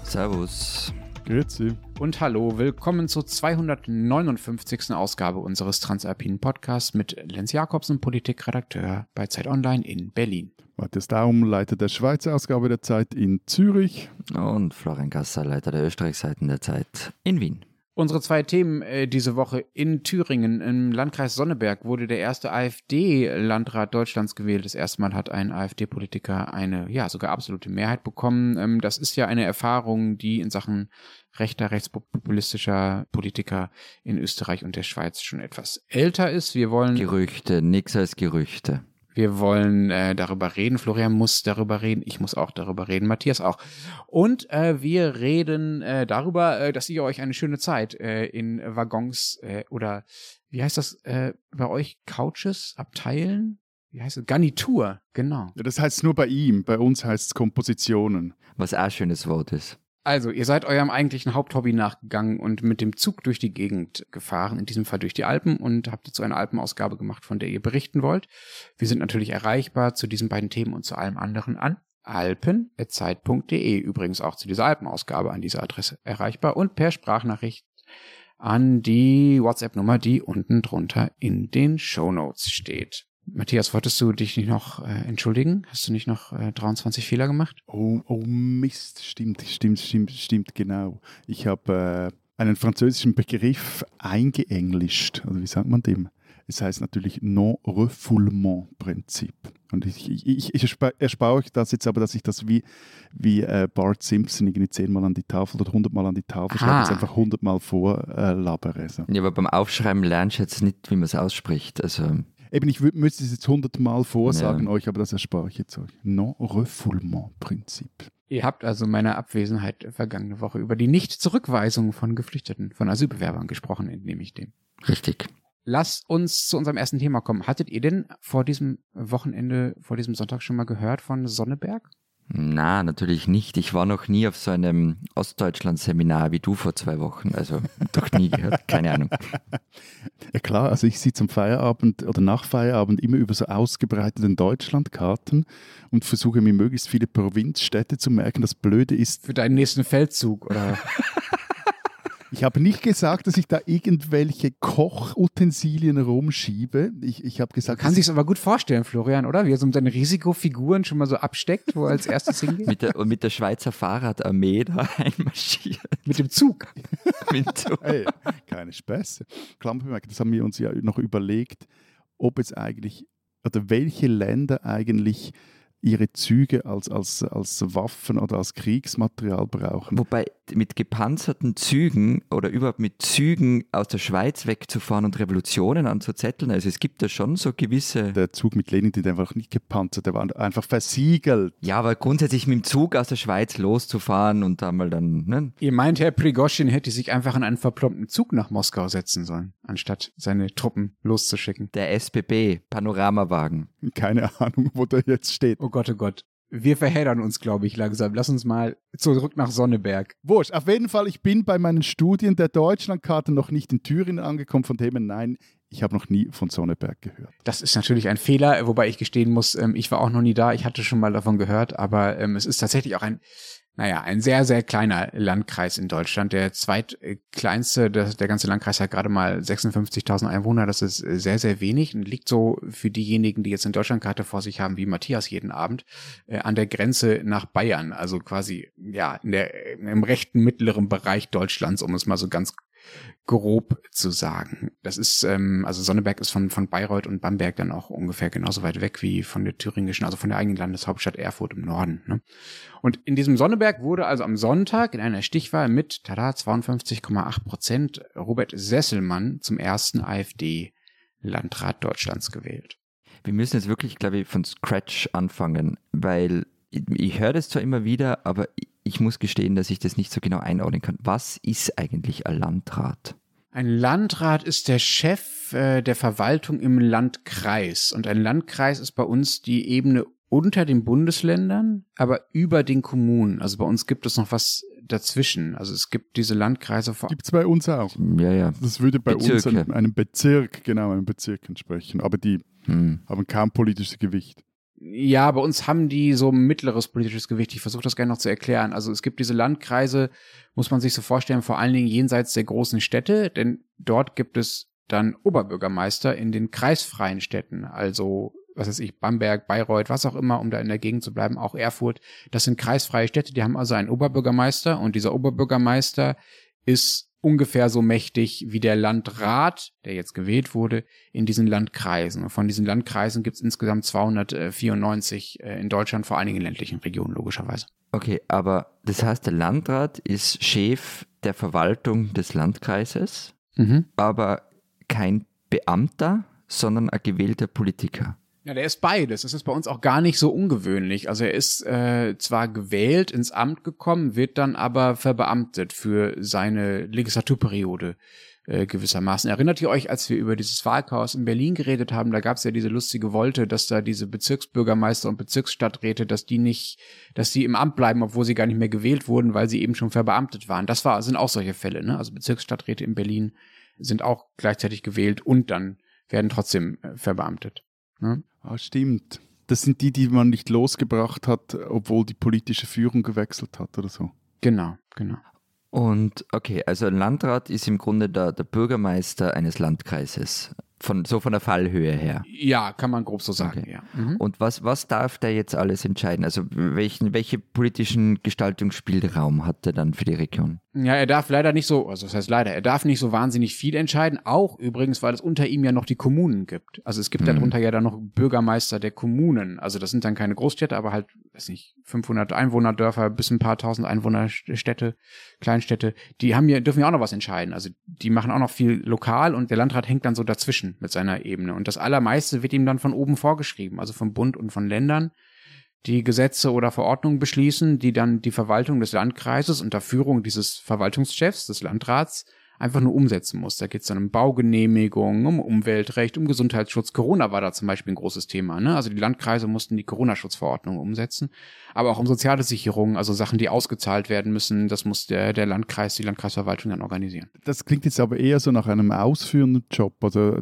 Servus. Grüezi. Und hallo, willkommen zur 259. Ausgabe unseres Transalpinen Podcasts mit Lenz Jakobsen, Politikredakteur bei Zeit Online in Berlin. Matthias Daum, Leiter der Schweizer Ausgabe der Zeit in Zürich. Und Florian Gasser, Leiter der Österreichseiten der Zeit in Wien. Unsere zwei Themen diese Woche: in Thüringen, im Landkreis Sonneberg, wurde der erste AfD-Landrat Deutschlands gewählt. Das erste Mal hat ein AfD-Politiker eine, sogar absolute Mehrheit bekommen. Das ist ja eine Erfahrung, die in Sachen rechtspopulistischer Politiker in Österreich und der Schweiz schon etwas älter ist. Gerüchte, nichts als Gerüchte. Wir wollen darüber reden. Florian muss darüber reden. Ich muss auch darüber reden. Matthias auch. Und wir reden darüber, dass ihr euch eine schöne Zeit in Waggons oder wie heißt das bei euch? Couches abteilen? Wie heißt es? Garnitur, genau. Ja, das heißt nur bei ihm. Bei uns heißt es Kompositionen. Was auch ein schönes Wort ist. Also, ihr seid eurem eigentlichen Haupthobby nachgegangen und mit dem Zug durch die Gegend gefahren, in diesem Fall durch die Alpen, und habt dazu eine Alpenausgabe gemacht, von der ihr berichten wollt. Wir sind natürlich erreichbar zu diesen beiden Themen und zu allem anderen an alpen@zeit.de, übrigens auch zu dieser Alpenausgabe an dieser Adresse erreichbar und per Sprachnachricht an die WhatsApp-Nummer, die unten drunter in den Shownotes steht. Matthias, wolltest du dich nicht noch entschuldigen? Hast du nicht noch 23 Fehler gemacht? Oh Mist, stimmt, genau. Ich habe einen französischen Begriff eingeenglischt. Also wie sagt man dem? Es heißt natürlich Non-Refoulement-Prinzip. Und ich erspare euch das jetzt aber, dass ich das wie Bart Simpson irgendwie 10-mal an die Tafel oder 100-mal an die Tafel schreibe, jetzt einfach 100-mal vorlabere. So. Ja, aber beim Aufschreiben lernst du jetzt nicht, wie man es ausspricht. Also eben, ich müsste es jetzt 100-mal vorsagen euch, aber das erspare ich jetzt euch. Non-Refoulement-Prinzip. Ihr habt also meiner Abwesenheit vergangene Woche über die Nicht-Zurückweisung von Geflüchteten, von Asylbewerbern gesprochen, entnehme ich dem. Richtig. Lass uns zu unserem ersten Thema kommen. Hattet ihr denn vor diesem Wochenende, vor diesem Sonntag schon mal gehört von Sonneberg? Na, natürlich nicht. Ich war noch nie auf so einem Ostdeutschland-Seminar wie du vor 2 Wochen. Also doch nie gehört, keine Ahnung. Ja klar, also ich sitze am Feierabend oder nach Feierabend immer über so ausgebreiteten Deutschlandkarten und versuche mir möglichst viele Provinzstädte zu merken. Das Blöde ist... Für deinen nächsten Feldzug, oder... Ich habe nicht gesagt, dass ich da irgendwelche Kochutensilien rumschiebe. Ich habe gesagt... Man kann sich's aber gut vorstellen, Florian, oder? Wie er so mit seinen Risikofiguren schon mal so absteckt, wo er als erstes hingeht. Mit der Schweizer Fahrradarmee da einmarschiert. Mit dem Zug. Hey, keine Späße. Klammerbemerkung, das haben wir uns ja noch überlegt, ob es eigentlich, oder welche Länder eigentlich ihre Züge als Waffen oder als Kriegsmaterial brauchen. Wobei mit gepanzerten Zügen oder überhaupt mit Zügen aus der Schweiz wegzufahren und Revolutionen anzuzetteln, also es gibt da schon so gewisse... Der Zug mit Lenin, der war nicht gepanzert, der war einfach versiegelt. Ja, aber grundsätzlich mit dem Zug aus der Schweiz loszufahren und da mal dann... Ne? Ihr meint, Herr Prigoschin hätte sich einfach in einen verplombten Zug nach Moskau setzen sollen, anstatt seine Truppen loszuschicken. Der SBB, Panoramawagen. Keine Ahnung, wo der jetzt steht. Oh Gott, oh Gott. Wir verheddern uns, glaube ich, langsam. Lass uns mal zurück nach Sonneberg. Wurscht, auf jeden Fall, ich bin bei meinen Studien der Deutschlandkarte noch nicht in Thüringen angekommen, von dem nein, ich habe noch nie von Sonneberg gehört. Das ist natürlich ein Fehler, wobei ich gestehen muss, ich war auch noch nie da, ich hatte schon mal davon gehört, aber es ist tatsächlich auch ein sehr, sehr kleiner Landkreis in Deutschland. Der zweitkleinste, der ganze Landkreis hat gerade mal 56.000 Einwohner. Das ist sehr, sehr wenig und liegt so für diejenigen, die jetzt eine Deutschlandkarte vor sich haben, wie Matthias jeden Abend, an der Grenze nach Bayern. Also quasi, im rechten mittleren Bereich Deutschlands, um es mal so ganz grob zu sagen. Das ist, also Sonneberg ist von Bayreuth und Bamberg dann auch ungefähr genauso weit weg wie von der thüringischen, also von der eigenen Landeshauptstadt Erfurt im Norden. Ne? Und in diesem Sonneberg wurde also am Sonntag in einer Stichwahl mit 52,8% Robert Sesselmann zum ersten AfD-Landrat Deutschlands gewählt. Wir müssen jetzt wirklich, glaube ich, von Scratch anfangen, weil ich höre das zwar immer wieder, aber ich muss gestehen, dass ich das nicht so genau einordnen kann. Was ist eigentlich ein Landrat? Ein Landrat ist der Chef der Verwaltung im Landkreis. Und ein Landkreis ist bei uns die Ebene unter den Bundesländern, aber über den Kommunen. Also bei uns gibt es noch was dazwischen. Also es gibt diese Landkreise. Gibt es bei uns auch. Ja. Das würde bei Bezirke. uns einem Bezirk entsprechen. Aber die haben kaum politisches Gewicht. Ja, bei uns haben die so mittleres politisches Gewicht. Ich versuche das gerne noch zu erklären. Also es gibt diese Landkreise, muss man sich so vorstellen, vor allen Dingen jenseits der großen Städte, denn dort gibt es dann Oberbürgermeister in den kreisfreien Städten, also was weiß ich, Bamberg, Bayreuth, was auch immer, um da in der Gegend zu bleiben, auch Erfurt. Das sind kreisfreie Städte, die haben also einen Oberbürgermeister und dieser Oberbürgermeister ist ungefähr so mächtig wie der Landrat, der jetzt gewählt wurde, in diesen Landkreisen. Und von diesen Landkreisen gibt es insgesamt 294 in Deutschland, vor allen Dingen in ländlichen Regionen, logischerweise. Okay, aber das heißt, der Landrat ist Chef der Verwaltung des Landkreises, aber kein Beamter, sondern ein gewählter Politiker. Ja, der ist beides. Das ist bei uns auch gar nicht so ungewöhnlich. Also er ist zwar gewählt ins Amt gekommen, wird dann aber verbeamtet für seine Legislaturperiode gewissermaßen. Erinnert ihr euch, als wir über dieses Wahlchaos in Berlin geredet haben, da gab es ja diese lustige Wolte, dass da diese Bezirksbürgermeister und Bezirksstadträte, dass sie im Amt bleiben, obwohl sie gar nicht mehr gewählt wurden, weil sie eben schon verbeamtet waren. Sind auch solche Fälle, ne? Also Bezirksstadträte in Berlin sind auch gleichzeitig gewählt und dann werden trotzdem verbeamtet. Ne? Ah, stimmt. Das sind die man nicht losgebracht hat, obwohl die politische Führung gewechselt hat oder so. Genau. Und okay, also ein Landrat ist im Grunde der Bürgermeister eines Landkreises, von der Fallhöhe her. Ja, kann man grob so sagen, okay. Ja. Und was darf der jetzt alles entscheiden? Also welche politischen Gestaltungsspielraum hat er dann für die Region? Ja, er darf leider nicht so, also das heißt leider, er darf nicht so wahnsinnig viel entscheiden, auch übrigens, weil es unter ihm ja noch die Kommunen gibt. Also es gibt darunter ja dann noch Bürgermeister der Kommunen. Also das sind dann keine Großstädte, aber halt, weiß nicht, 500 Einwohnerdörfer bis ein paar tausend Einwohnerstädte, Kleinstädte, dürfen ja auch noch was entscheiden. Also die machen auch noch viel lokal und der Landrat hängt dann so dazwischen mit seiner Ebene. Und das Allermeiste wird ihm dann von oben vorgeschrieben, also vom Bund und von Ländern, die Gesetze oder Verordnungen beschließen, die dann die Verwaltung des Landkreises unter Führung dieses Verwaltungschefs, des Landrats, einfach nur umsetzen muss. Da geht es dann um Baugenehmigungen, um Umweltrecht, um Gesundheitsschutz. Corona war da zum Beispiel ein großes Thema, ne? Also die Landkreise mussten die Corona-Schutzverordnung umsetzen, aber auch um soziale Sicherung, also Sachen, die ausgezahlt werden müssen, das muss der Landkreis, die Landkreisverwaltung dann organisieren. Das klingt jetzt aber eher so nach einem ausführenden Job, oder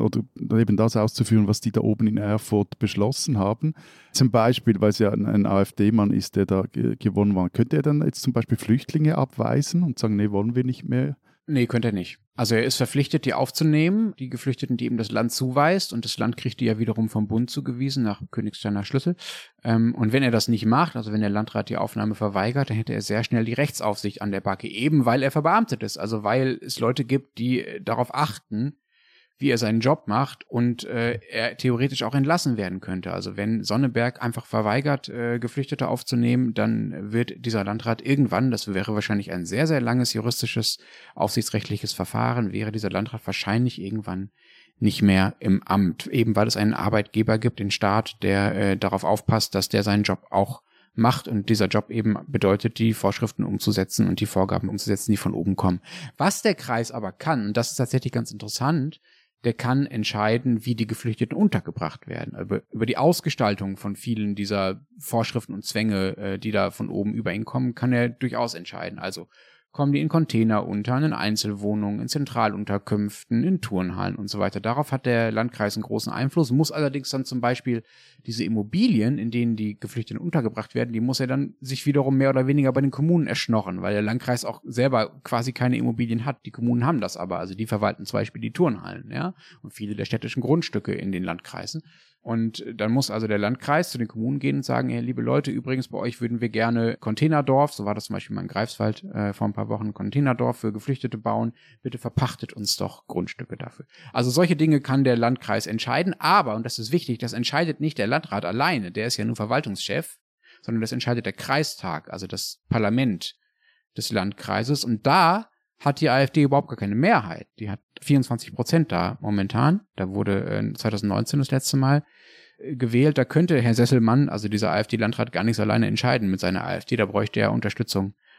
eben das auszuführen, was die da oben in Erfurt beschlossen haben. Zum Beispiel, weil es ja ein AfD-Mann ist, der da gewonnen war, könnte er dann jetzt zum Beispiel Flüchtlinge abweisen und sagen, nee, wollen wir nicht mehr? Nee, könnte er nicht. Also er ist verpflichtet, die aufzunehmen, die Geflüchteten, die ihm das Land zuweist, und das Land kriegt die ja wiederum vom Bund zugewiesen nach Königsteiner Schlüssel. Und wenn er das nicht macht, also wenn der Landrat die Aufnahme verweigert, dann hätte er sehr schnell die Rechtsaufsicht an der Backe, eben weil er verbeamtet ist, also weil es Leute gibt, die darauf achten, wie er seinen Job macht und er theoretisch auch entlassen werden könnte. Also wenn Sonneberg einfach verweigert, Geflüchtete aufzunehmen, dann wird dieser Landrat irgendwann, das wäre wahrscheinlich ein sehr, sehr langes juristisches, aufsichtsrechtliches Verfahren, wäre dieser Landrat wahrscheinlich irgendwann nicht mehr im Amt, eben weil es einen Arbeitgeber gibt, den Staat, der darauf aufpasst, dass der seinen Job auch macht, und dieser Job eben bedeutet, die Vorschriften umzusetzen und die Vorgaben umzusetzen, die von oben kommen. Was der Kreis aber kann, und das ist tatsächlich ganz interessant, der kann entscheiden, wie die Geflüchteten untergebracht werden. Über die Ausgestaltung von vielen dieser Vorschriften und Zwänge, die da von oben über ihn kommen, kann er durchaus entscheiden. Also kommen die in Container unter, in Einzelwohnungen, in Zentralunterkünften, in Turnhallen und so weiter. Darauf hat der Landkreis einen großen Einfluss, muss allerdings dann zum Beispiel diese Immobilien, in denen die Geflüchteten untergebracht werden, die muss er dann sich wiederum mehr oder weniger bei den Kommunen erschnorren, weil der Landkreis auch selber quasi keine Immobilien hat. Die Kommunen haben das aber, also die verwalten zum Beispiel die Turnhallen, ja, und viele der städtischen Grundstücke in den Landkreisen. Und dann muss also der Landkreis zu den Kommunen gehen und sagen, hey, liebe Leute, übrigens bei euch würden wir gerne Containerdorf, so war das zum Beispiel mal in Greifswald vor ein paar Wochen, Containerdorf für Geflüchtete bauen, bitte verpachtet uns doch Grundstücke dafür. Also solche Dinge kann der Landkreis entscheiden, aber, und das ist wichtig, das entscheidet nicht der Landrat alleine, der ist ja nur Verwaltungschef, sondern das entscheidet der Kreistag, also das Parlament des Landkreises, und da hat die AfD überhaupt gar keine Mehrheit. Die hat 24% da momentan. Da wurde 2019 das letzte Mal gewählt. Da könnte Herr Sesselmann, also dieser AfD-Landrat, gar nichts alleine entscheiden mit seiner AfD. Da bräuchte er Unterstützung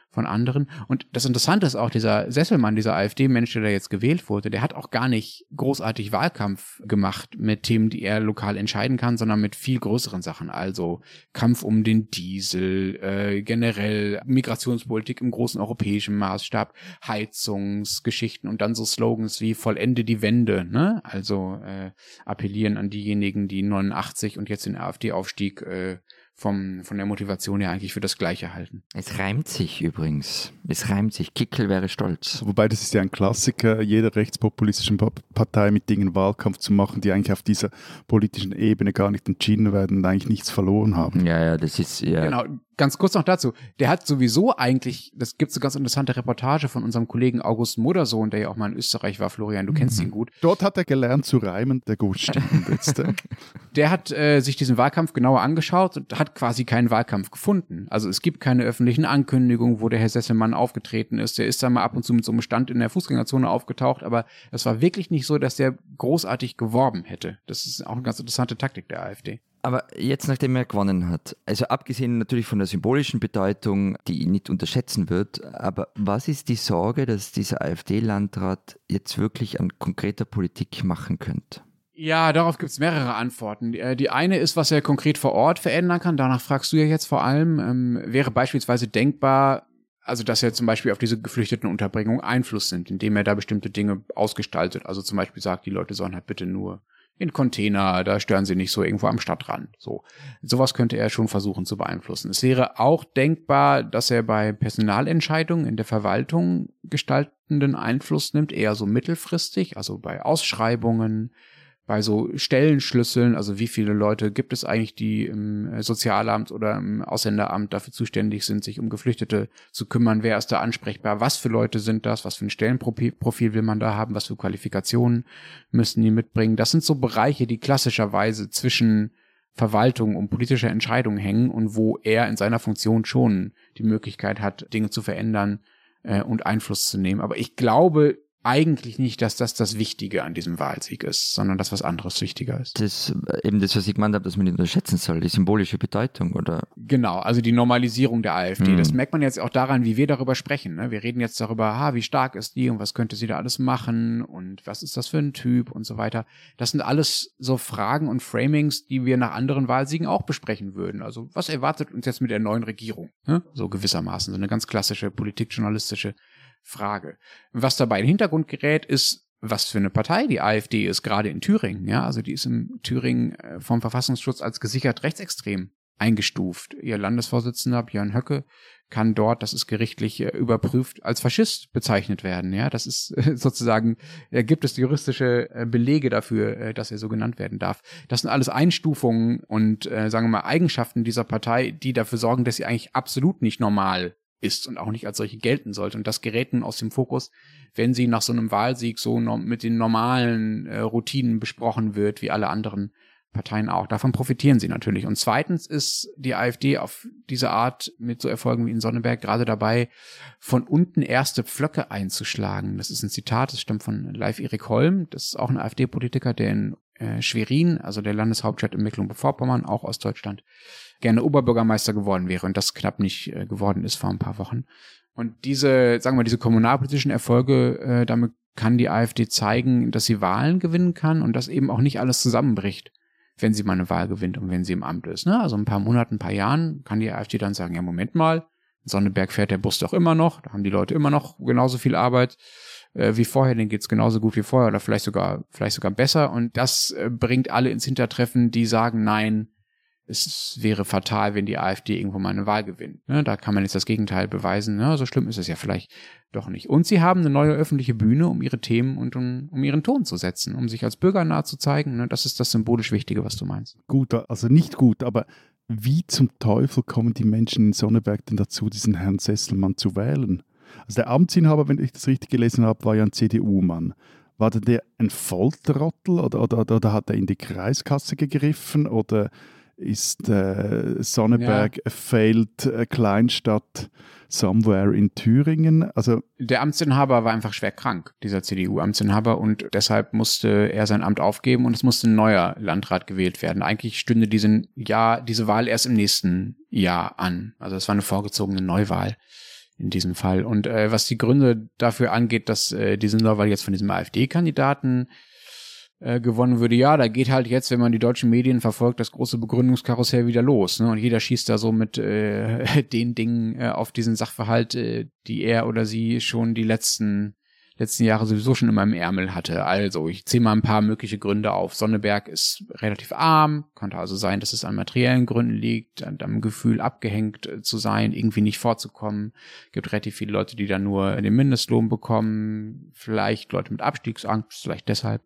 von anderen. Und das Interessante ist auch, dieser Sesselmann, dieser AfD-Mensch, der da jetzt gewählt wurde, der hat auch gar nicht großartig Wahlkampf gemacht mit Themen, die er lokal entscheiden kann, sondern mit viel größeren Sachen. Also Kampf um den Diesel, generell Migrationspolitik im großen europäischen Maßstab, Heizungsgeschichten und dann so Slogans wie vollende die Wende, ne? Also appellieren an diejenigen, die 89 und jetzt den AfD-Aufstieg von der Motivation her eigentlich für das Gleiche halten. Es reimt sich übrigens. Es reimt sich. Kickel wäre stolz. Wobei das ist ja ein Klassiker jeder rechtspopulistischen Partei, mit Dingen Wahlkampf zu machen, die eigentlich auf dieser politischen Ebene gar nicht entschieden werden und eigentlich nichts verloren haben. Ja, das ist ja. Genau. Ganz kurz noch dazu. Der hat sowieso eigentlich, das gibt es eine ganz interessante Reportage von unserem Kollegen August Modersohn, der ja auch mal in Österreich war, Florian, du kennst ihn gut. Dort hat er gelernt zu reimen, der Gusti. Der hat sich diesen Wahlkampf genauer angeschaut und hat quasi keinen Wahlkampf gefunden. Also es gibt keine öffentlichen Ankündigungen, wo der Herr Sesselmann aufgetreten ist. Der ist da mal ab und zu mit so einem Stand in der Fußgängerzone aufgetaucht, aber es war wirklich nicht so, dass der großartig geworben hätte. Das ist auch eine ganz interessante Taktik der AfD. Aber jetzt, nachdem er gewonnen hat, also abgesehen natürlich von der symbolischen Bedeutung, die ihn nicht unterschätzen wird, aber was ist die Sorge, dass dieser AfD-Landrat jetzt wirklich an konkreter Politik machen könnte? Ja, darauf gibt es mehrere Antworten. Die eine ist, was er konkret vor Ort verändern kann. Danach fragst du ja jetzt vor allem. Wäre beispielsweise denkbar, also dass er zum Beispiel auf diese Geflüchtetenunterbringung Einfluss nimmt, indem er da bestimmte Dinge ausgestaltet. Also zum Beispiel sagt, die Leute sollen halt bitte nur in Container, da stören sie nicht so irgendwo am Stadtrand. Sowas könnte er schon versuchen zu beeinflussen. Es wäre auch denkbar, dass er bei Personalentscheidungen in der Verwaltung gestaltenden Einfluss nimmt, eher so mittelfristig, also bei Ausschreibungen, bei so Stellenschlüsseln, also wie viele Leute gibt es eigentlich, die im Sozialamt oder im Ausländeramt dafür zuständig sind, sich um Geflüchtete zu kümmern, wer ist da ansprechbar, was für Leute sind das, was für ein Stellenprofil will man da haben, was für Qualifikationen müssen die mitbringen. Das sind so Bereiche, die klassischerweise zwischen Verwaltung und politischer Entscheidung hängen und wo er in seiner Funktion schon die Möglichkeit hat, Dinge zu verändern und Einfluss zu nehmen. Aber ich glaube eigentlich nicht, dass das Wichtige an diesem Wahlsieg ist, sondern dass was anderes wichtiger ist. Das eben das, was ich gemeint habe, dass man nicht unterschätzen soll, die symbolische Bedeutung, oder? Genau, also die Normalisierung der AfD. Das merkt man jetzt auch daran, wie wir darüber sprechen. Ne? Wir reden jetzt darüber, wie stark ist die und was könnte sie da alles machen und was ist das für ein Typ und so weiter. Das sind alles so Fragen und Framings, die wir nach anderen Wahlsiegen auch besprechen würden. Also was erwartet uns jetzt mit der neuen Regierung? Ne? So gewissermaßen, so eine ganz klassische politikjournalistische Frage. Was dabei in den Hintergrund gerät, ist, was für eine Partei die AfD ist, gerade in Thüringen. Ja, also die ist in Thüringen vom Verfassungsschutz als gesichert rechtsextrem eingestuft. Ihr Landesvorsitzender Björn Höcke kann dort, das ist gerichtlich überprüft, als Faschist bezeichnet werden. Ja, das ist sozusagen, gibt es juristische Belege dafür, dass er so genannt werden darf. Das sind alles Einstufungen und, sagen wir mal, Eigenschaften dieser Partei, die dafür sorgen, dass sie eigentlich absolut nicht normal ist und auch nicht als solche gelten sollte. Und das gerät nun aus dem Fokus, wenn sie nach so einem Wahlsieg so mit den normalen Routinen besprochen wird, wie alle anderen Parteien auch. Davon profitieren sie natürlich. Und zweitens ist die AfD auf diese Art mit so Erfolgen wie in Sonneberg gerade dabei, von unten erste Pflöcke einzuschlagen. Das ist ein Zitat, das stammt von Leif Erik Holm. Das ist auch ein AfD-Politiker, der in Schwerin, also der Landeshauptstadt in Mecklenburg-Vorpommern, auch aus Deutschland, gerne Oberbürgermeister geworden wäre und das knapp nicht geworden ist vor ein paar Wochen. Und diese, sagen wir mal, diese kommunalpolitischen Erfolge, damit kann die AfD zeigen, dass sie Wahlen gewinnen kann und dass eben auch nicht alles zusammenbricht, wenn sie mal eine Wahl gewinnt und wenn sie im Amt ist. Ne? Also ein paar Monaten, ein paar Jahren kann die AfD dann sagen, ja, Moment mal, in Sonneberg fährt der Bus doch immer noch, da haben die Leute immer noch genauso viel Arbeit wie vorher, denen geht's genauso gut wie vorher oder vielleicht sogar besser. Und das bringt alle ins Hintertreffen, die sagen, nein, es wäre fatal, wenn die AfD irgendwo mal eine Wahl gewinnt. Ne? Da kann man jetzt das Gegenteil beweisen. Ne? So schlimm ist es ja vielleicht doch nicht. Und sie haben eine neue öffentliche Bühne, um ihre Themen und um ihren Ton zu setzen, um sich als bürgernah zu zeigen. Ne? Das ist das symbolisch Wichtige, was du meinst. Gut, also nicht gut, aber wie zum Teufel kommen die Menschen in Sonneberg denn dazu, diesen Herrn Sesselmann zu wählen? Also der Amtsinhaber, wenn ich das richtig gelesen habe, war ja ein CDU-Mann. War denn der ein Volltrottel oder hat er in die Kreiskasse gegriffen oder ist Sonneberg a failed Kleinstadt somewhere in Thüringen? Also der Amtsinhaber war einfach schwer krank, dieser CDU-Amtsinhaber, und deshalb musste er sein Amt aufgeben und es musste ein neuer Landrat gewählt werden. Eigentlich stünde diese Wahl erst im nächsten Jahr an. Also es war eine vorgezogene Neuwahl in diesem Fall. Und was die Gründe dafür angeht, dass diese Neuwahl jetzt von diesem AfD-Kandidaten gewonnen würde, ja, da geht halt jetzt, wenn man die deutschen Medien verfolgt, das große Begründungskarussell wieder los, ne? Und jeder schießt da so mit den Dingen auf diesen Sachverhalt, die er oder sie schon die letzten Jahre sowieso schon immer im Ärmel hatte. Also, ich zähle mal ein paar mögliche Gründe auf. Sonneberg ist relativ arm, könnte also sein, dass es an materiellen Gründen liegt, am Gefühl abgehängt zu sein, irgendwie nicht vorzukommen. Gibt relativ viele Leute, die dann nur den Mindestlohn bekommen, vielleicht Leute mit Abstiegsangst, vielleicht deshalb.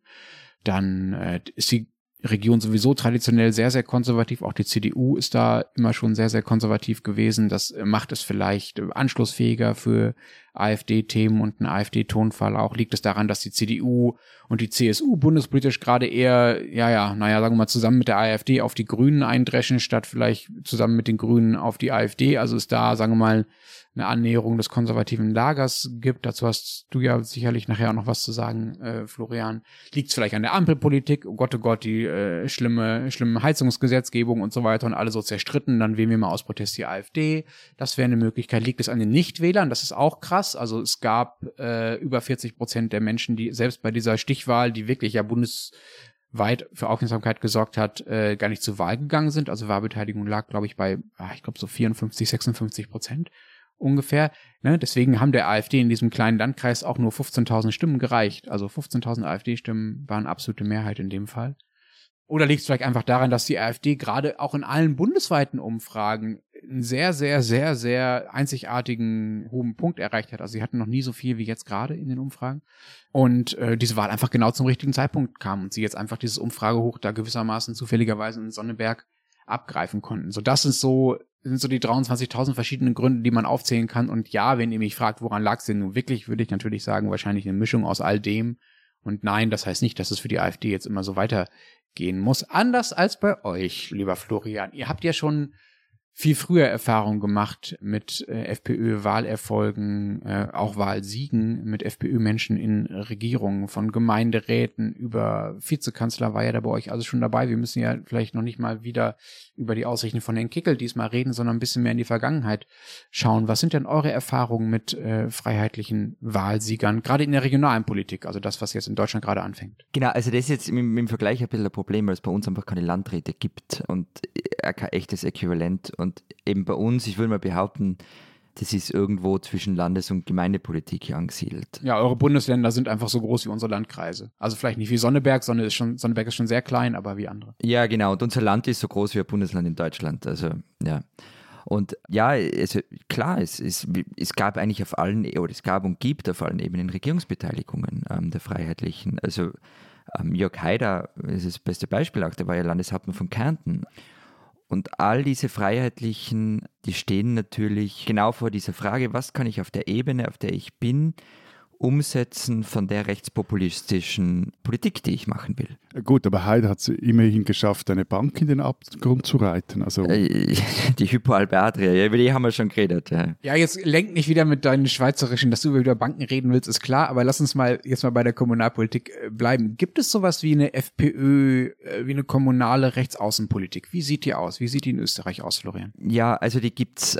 Dann ist die Region sowieso traditionell sehr, sehr konservativ. Auch die CDU ist da immer schon sehr, sehr konservativ gewesen. Das macht es vielleicht anschlussfähiger für AfD-Themen und einen AfD-Tonfall. Auch liegt es daran, dass die CDU und die CSU bundespolitisch gerade eher, sagen wir mal, zusammen mit der AfD auf die Grünen eindreschen, statt vielleicht zusammen mit den Grünen auf die AfD. Also ist da, sagen wir mal, eine Annäherung des konservativen Lagers gibt. Dazu hast du ja sicherlich nachher auch noch was zu sagen, Florian. Liegt es vielleicht an der Ampelpolitik? Oh Gott, die schlimme Heizungsgesetzgebung und so weiter und alle so zerstritten. Dann wählen wir mal aus Protest die AfD. Das wäre eine Möglichkeit. Liegt es an den Nichtwählern? Das ist auch krass. Also es gab über 40% der Menschen, die selbst bei dieser Stichwahl, die wirklich ja bundesweit für Aufmerksamkeit gesorgt hat, gar nicht zur Wahl gegangen sind. Also Wahlbeteiligung lag, glaube ich, bei, so 54-56% ungefähr. Ne? Deswegen haben der AfD in diesem kleinen Landkreis auch nur 15.000 Stimmen gereicht. Also 15.000 AfD-Stimmen waren absolute Mehrheit in dem Fall. Oder liegt es vielleicht einfach daran, dass die AfD gerade auch in allen bundesweiten Umfragen einen sehr, sehr, sehr, sehr einzigartigen hohen Punkt erreicht hat. Also sie hatten noch nie so viel wie jetzt gerade in den Umfragen. Und diese Wahl einfach genau zum richtigen Zeitpunkt kam und sie jetzt einfach dieses Umfragehoch da gewissermaßen zufälligerweise in Sonneberg abgreifen konnten. So, das sind so die 23.000 verschiedenen Gründe, die man aufzählen kann. Und ja, wenn ihr mich fragt, woran lag es denn nun wirklich, würde ich natürlich sagen, wahrscheinlich eine Mischung aus all dem. Und nein, das heißt nicht, dass es für die AfD jetzt immer so weitergehen muss. Anders als bei euch, lieber Florian. Ihr habt ja schon viel früher Erfahrung gemacht mit FPÖ-Wahlerfolgen, auch Wahlsiegen mit FPÖ-Menschen in Regierungen, von Gemeinderäten über Vizekanzler war ja da bei euch also schon dabei. Wir müssen ja vielleicht noch nicht mal wieder über die Aussichten von Herrn Kickel diesmal reden, sondern ein bisschen mehr in die Vergangenheit schauen. Was sind denn eure Erfahrungen mit freiheitlichen Wahlsiegern, gerade in der regionalen Politik, also das, was jetzt in Deutschland gerade anfängt? Genau, also das ist jetzt im Vergleich ein bisschen ein Problem, weil es bei uns einfach keine Landräte gibt und kein echtes Äquivalent. Und eben bei uns, ich würde mal behaupten, das ist irgendwo zwischen Landes- und Gemeindepolitik angesiedelt. Ja, eure Bundesländer sind einfach so groß wie unsere Landkreise. Also vielleicht nicht wie Sonneberg, Sonneberg ist schon sehr klein, aber wie andere. Ja, genau. Und unser Land ist so groß wie ein Bundesland in Deutschland. Also, ja. Und ja, also klar, es gab eigentlich auf allen, oder es gab und gibt auf allen Ebenen Regierungsbeteiligungen der Freiheitlichen. Also Jörg Haider ist das beste Beispiel auch, der war ja Landeshauptmann von Kärnten. Und all diese Freiheitlichen, die stehen natürlich genau vor dieser Frage, was kann ich auf der Ebene, auf der ich bin, umsetzen von der rechtspopulistischen Politik, die ich machen will. Gut, aber Haider hat es immerhin geschafft, eine Bank in den Abgrund zu reiten. Also Die Hypo Alpe Adria, ja, über die haben wir schon geredet. Ja, jetzt lenk nicht wieder mit deinen Schweizerischen, dass du über Banken reden willst, ist klar, aber lass uns jetzt mal bei der Kommunalpolitik bleiben. Gibt es sowas wie eine FPÖ, wie eine kommunale Rechtsaußenpolitik? Wie sieht die aus? Wie sieht die in Österreich aus, Florian? Ja, also die gibt's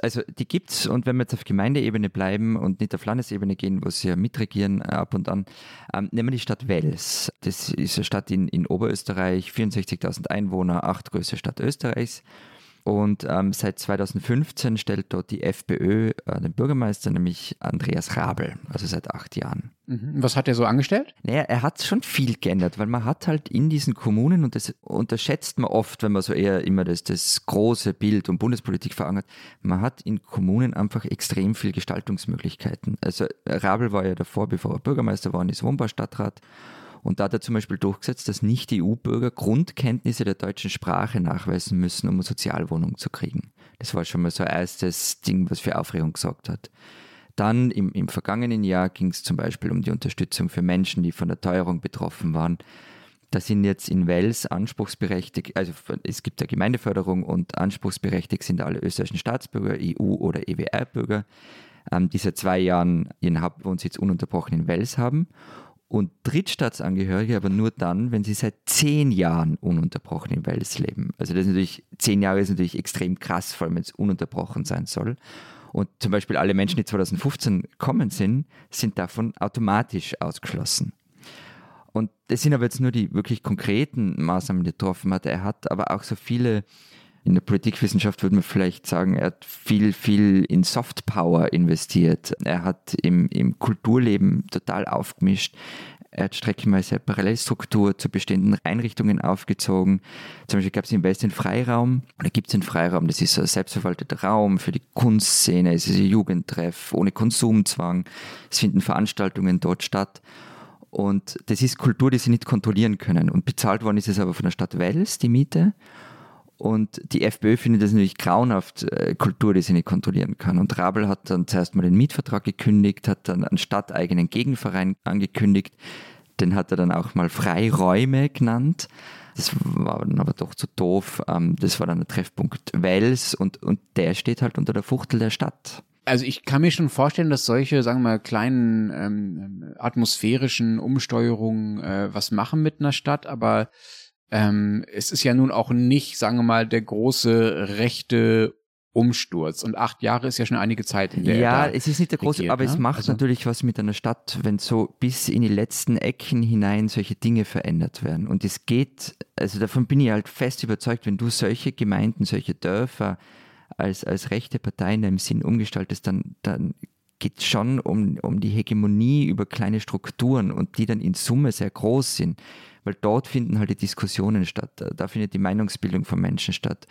und wenn wir jetzt auf Gemeindeebene bleiben und nicht auf Landesebene gehen, wo sie ja mitregieren ab und an, nehmen wir die Stadt Wels. Das ist eine Stadt in Oberösterreich, 64.000 Einwohner, 8. größte Stadt Österreichs. Und seit 2015 stellt dort die FPÖ den Bürgermeister, nämlich Andreas Rabl, also seit 8 Jahren. Was hat er so angestellt? Naja, er hat schon viel geändert, weil man hat halt in diesen Kommunen, und das unterschätzt man oft, wenn man so eher immer das große Bild und Bundespolitik verankert, man hat in Kommunen einfach extrem viel Gestaltungsmöglichkeiten. Also Rabl war ja davor, bevor er Bürgermeister war, ist Wohnbaustadtrat. Und da hat er zum Beispiel durchgesetzt, dass Nicht-EU-Bürger Grundkenntnisse der deutschen Sprache nachweisen müssen, um eine Sozialwohnung zu kriegen. Das war schon mal so ein erstes Ding, was für Aufregung gesorgt hat. Dann im vergangenen Jahr ging es zum Beispiel um die Unterstützung für Menschen, die von der Teuerung betroffen waren. Da sind jetzt in Wels anspruchsberechtigt, also es gibt ja Gemeindeförderung und anspruchsberechtigt sind alle österreichischen Staatsbürger, EU- oder EWR-Bürger, die seit 2 Jahren ihren Hauptwohnsitz ununterbrochen in Wels haben. Und Drittstaatsangehörige aber nur dann, wenn sie seit 10 Jahren ununterbrochen in Wels leben. Also das ist natürlich, 10 Jahre ist natürlich extrem krass, vor allem wenn es ununterbrochen sein soll. Und zum Beispiel alle Menschen, die 2015 gekommen sind davon automatisch ausgeschlossen. Und das sind aber jetzt nur die wirklich konkreten Maßnahmen, die er getroffen hat. Er hat aber auch so viele, in der Politikwissenschaft würde man vielleicht sagen, er hat viel in Softpower investiert. Er hat im Kulturleben total aufgemischt. Er hat streckenweise eine Parallelstruktur zu bestehenden Einrichtungen aufgezogen. Zum Beispiel gab es im West den Freiraum, oder gibt es den Freiraum, das ist so ein selbstverwalteter Raum für die Kunstszene, es ist ein Jugendtreff ohne Konsumzwang, es finden Veranstaltungen dort statt. Und das ist Kultur, die sie nicht kontrollieren können. Und bezahlt worden ist es aber von der Stadt Wels, die Miete. Und die FPÖ findet das natürlich grauenhaft, Kultur, die sie nicht kontrollieren kann. Und Rabel hat dann zuerst mal den Mietvertrag gekündigt, hat dann einen stadteigenen Gegenverein angekündigt. Den hat er dann auch mal Freiräume genannt. Das war dann aber doch zu doof. Das war dann der Treffpunkt Wels und der steht halt unter der Fuchtel der Stadt. Also ich kann mir schon vorstellen, dass solche, sagen wir mal, kleinen atmosphärischen Umsteuerungen was machen mit einer Stadt, aber es ist ja nun auch nicht, sagen wir mal, der große rechte Umsturz. Und 8 Jahre ist ja schon einige Zeit, in der ja, er da es ist nicht der große, regiert, aber es macht natürlich was mit einer Stadt, wenn so bis in die letzten Ecken hinein solche Dinge verändert werden. Und es geht, also davon bin ich halt fest überzeugt, wenn du solche Gemeinden, solche Dörfer als rechte Partei in deinem Sinn umgestaltest, dann geht es schon um die Hegemonie über kleine Strukturen und die dann in Summe sehr groß sind, weil dort finden halt die Diskussionen statt, da findet die Meinungsbildung von Menschen statt.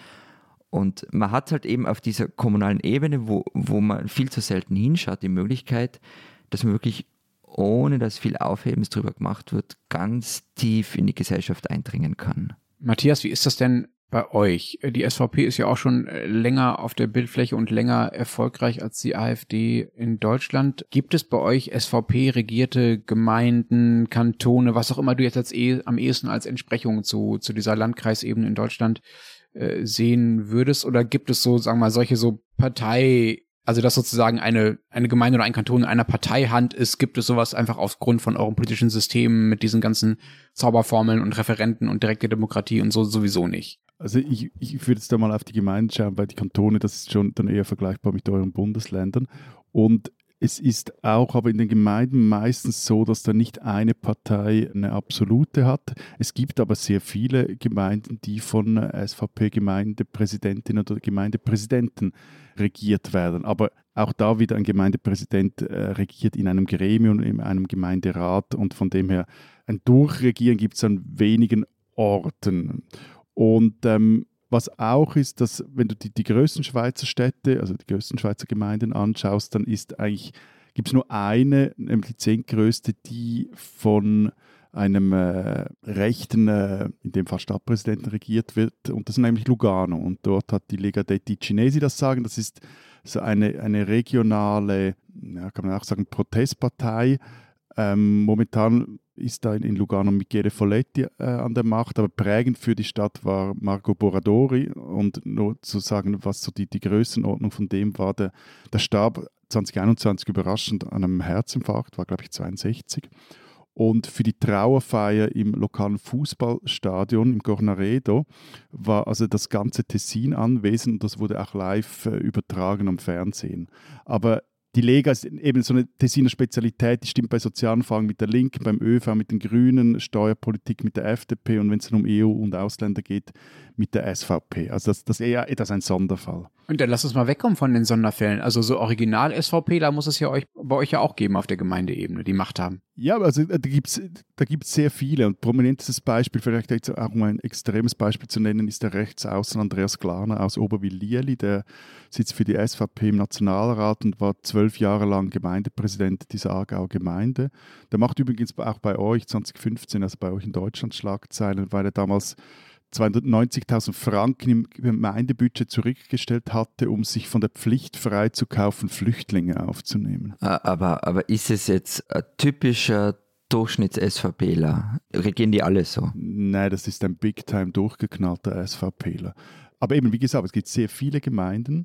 Und man hat halt eben auf dieser kommunalen Ebene, wo man viel zu selten hinschaut, die Möglichkeit, dass man wirklich, ohne dass viel Aufhebens drüber gemacht wird, ganz tief in die Gesellschaft eindringen kann. Matthias, wie ist das denn bei euch? Die SVP ist ja auch schon länger auf der Bildfläche und länger erfolgreich als die AfD in Deutschland. Gibt es bei euch SVP-regierte Gemeinden, Kantone, was auch immer du jetzt am ehesten als Entsprechung zu dieser Landkreisebene in Deutschland sehen würdest? Oder gibt es so, sagen wir mal, solche so Partei, also dass sozusagen eine Gemeinde oder ein Kanton in einer Parteihand ist, gibt es sowas einfach aufgrund von eurem politischen System mit diesen ganzen Zauberformeln und Referenten und direkte Demokratie und so sowieso nicht? Also ich würde jetzt da mal auf die Gemeinden schauen, weil die Kantone, das ist schon dann eher vergleichbar mit euren Bundesländern. Und es ist auch aber in den Gemeinden meistens so, dass da nicht eine Partei eine absolute hat. Es gibt aber sehr viele Gemeinden, die von SVP-Gemeindepräsidentinnen oder Gemeindepräsidenten regiert werden. Aber auch da wieder ein Gemeindepräsident regiert in einem Gremium, in einem Gemeinderat und von dem her ein Durchregieren gibt es an wenigen Orten. Und was auch ist, dass wenn du die größten Schweizer Städte, also die größten Schweizer Gemeinden anschaust, dann gibt es nur eine, nämlich die 10. größte, die von einem rechten, in dem Fall Stadtpräsidenten regiert wird, und das ist nämlich Lugano. Und dort hat die Lega dei Ticinesi das Sagen. Das ist so eine regionale, ja, kann man auch sagen, Protestpartei. Momentan ist da in Lugano Michele Folletti an der Macht, aber prägend für die Stadt war Marco Boradori. Und nur zu sagen, was so die Größenordnung von dem war, der starb 2021 überraschend an einem Herzinfarkt, war glaube ich 62. Und für die Trauerfeier im lokalen Fußballstadion im Cornaredo war also das ganze Tessin anwesend und das wurde auch live übertragen am Fernsehen. Aber die Lega ist eben so eine Tessiner Spezialität, die stimmt bei sozialen Fragen mit der Linken, beim ÖV mit den Grünen, Steuerpolitik mit der FDP und wenn es dann um EU und Ausländer geht, mit der SVP. Also das ist eher etwas ein Sonderfall. Und dann lass uns mal wegkommen von den Sonderfällen. Also so Original-SVP, da muss es ja bei euch ja auch geben auf der Gemeindeebene, die Macht haben. Ja, also da gibt's sehr viele und prominentestes Beispiel, vielleicht jetzt auch um ein extremes Beispiel zu nennen, ist der Rechtsaußen Andreas Glarner aus Oberwil-Lieli, der sitzt für die SVP im Nationalrat und war 12 Jahre lang Gemeindepräsident dieser Aargauer Gemeinde. Der macht übrigens auch bei euch 2015, also bei euch in Deutschland Schlagzeilen, weil er damals 290.000 Franken im Gemeindebudget zurückgestellt hatte, um sich von der Pflicht freizukaufen, Flüchtlinge aufzunehmen. Aber ist es jetzt ein typischer Durchschnitts-SVPler? Regieren die alle so? Nein, das ist ein Big-Time durchgeknallter SVPler. Aber eben, wie gesagt, es gibt sehr viele Gemeinden,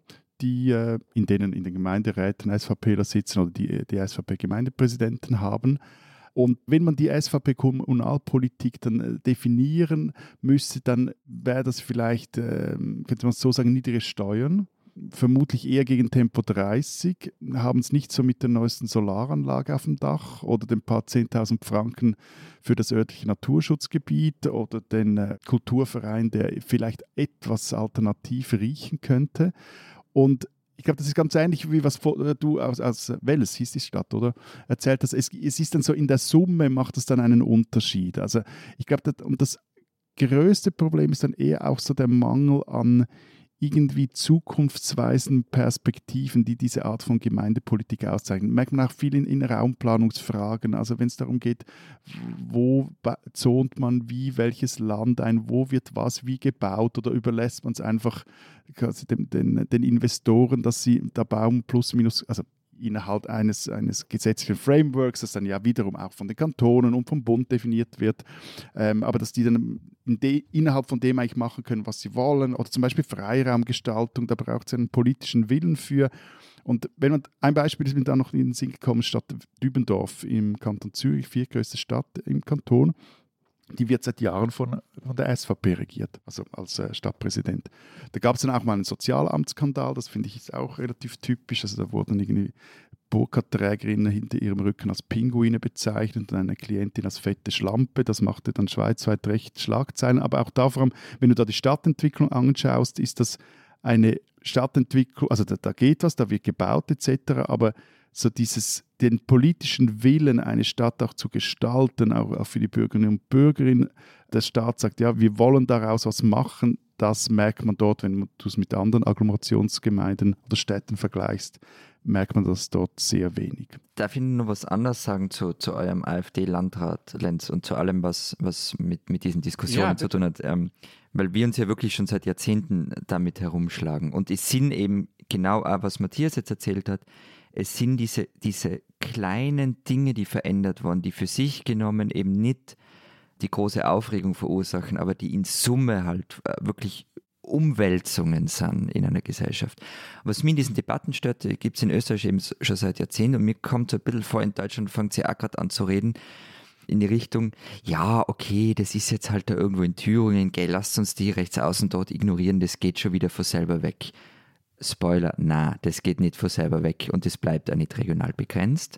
in denen in den Gemeinderäten SVPler sitzen oder die SVP-Gemeindepräsidenten haben. Und wenn man die SVP-Kommunalpolitik dann definieren müsste, dann wäre das vielleicht, könnte man so sagen, niedrige Steuern. vermutlich eher gegen Tempo 30, haben es nicht so mit der neuesten Solaranlage auf dem Dach oder den paar 10.000 Franken für das örtliche Naturschutzgebiet oder den Kulturverein, der vielleicht etwas alternativ riechen könnte. Und ich glaube, das ist ganz ähnlich, wie was du aus Wels, hieß die Stadt, oder? Erzählt hast. Es ist dann so, in der Summe macht es dann einen Unterschied. Also ich glaube, das größte Problem ist dann eher auch so der Mangel an irgendwie zukunftsweisenden Perspektiven, die diese Art von Gemeindepolitik auszeichnen. Merkt man auch viel in Raumplanungsfragen, also wenn es darum geht, wo zont man wie, welches Land ein, wo wird was wie gebaut oder überlässt man es einfach quasi den Investoren, dass sie da bauen plus minus, also innerhalb eines gesetzlichen Frameworks, das dann ja wiederum auch von den Kantonen und vom Bund definiert wird, aber dass die dann innerhalb von dem eigentlich machen können, was sie wollen, oder zum Beispiel Freiraumgestaltung, da braucht es einen politischen Willen für. Und wenn man, ein Beispiel ist mir da noch in den Sinn gekommen, Stadt Dübendorf im Kanton Zürich, viertgrößte Stadt im Kanton, die wird seit Jahren von der SVP regiert, also als Stadtpräsident. Da gab es dann auch mal einen Sozialamtsskandal, das finde ich ist auch relativ typisch. Also da wurden irgendwie Burka-Trägerinnen hinter ihrem Rücken als Pinguine bezeichnet und eine Klientin als fette Schlampe. Das machte dann schweizweit recht Schlagzeilen. Aber auch da vor allem, wenn du da die Stadtentwicklung anschaust, ist das eine Stadtentwicklung, also da geht was, da wird gebaut etc., aber so den politischen Willen, eine Stadt auch zu gestalten, auch für die Bürgerinnen und Bürger, der Staat sagt, ja, wir wollen daraus was machen, das merkt man dort, wenn du es mit anderen Agglomerationsgemeinden oder Städten vergleichst, merkt man das dort sehr wenig. Darf ich noch was anderes sagen zu eurem AfD-Landrat, Lenz, und zu allem, was mit diesen Diskussionen zu tun hat? Weil wir uns ja wirklich schon seit Jahrzehnten damit herumschlagen. Und es sind eben genau auch, was Matthias jetzt erzählt hat, es sind diese kleinen Dinge, die verändert wurden, die für sich genommen eben nicht die große Aufregung verursachen, aber die in Summe halt wirklich Umwälzungen sind in einer Gesellschaft. Was mir in diesen Debatten stört, gibt es in Österreich eben schon seit Jahrzehnten und mir kommt so ein bisschen vor, in Deutschland fängt sie auch gerade an zu reden, in die Richtung, ja, okay, das ist jetzt halt da irgendwo in Thüringen, gell, lasst uns die rechts außen dort ignorieren, das geht schon wieder von selber weg. Spoiler, na, das geht nicht von selber weg und es bleibt auch nicht regional begrenzt.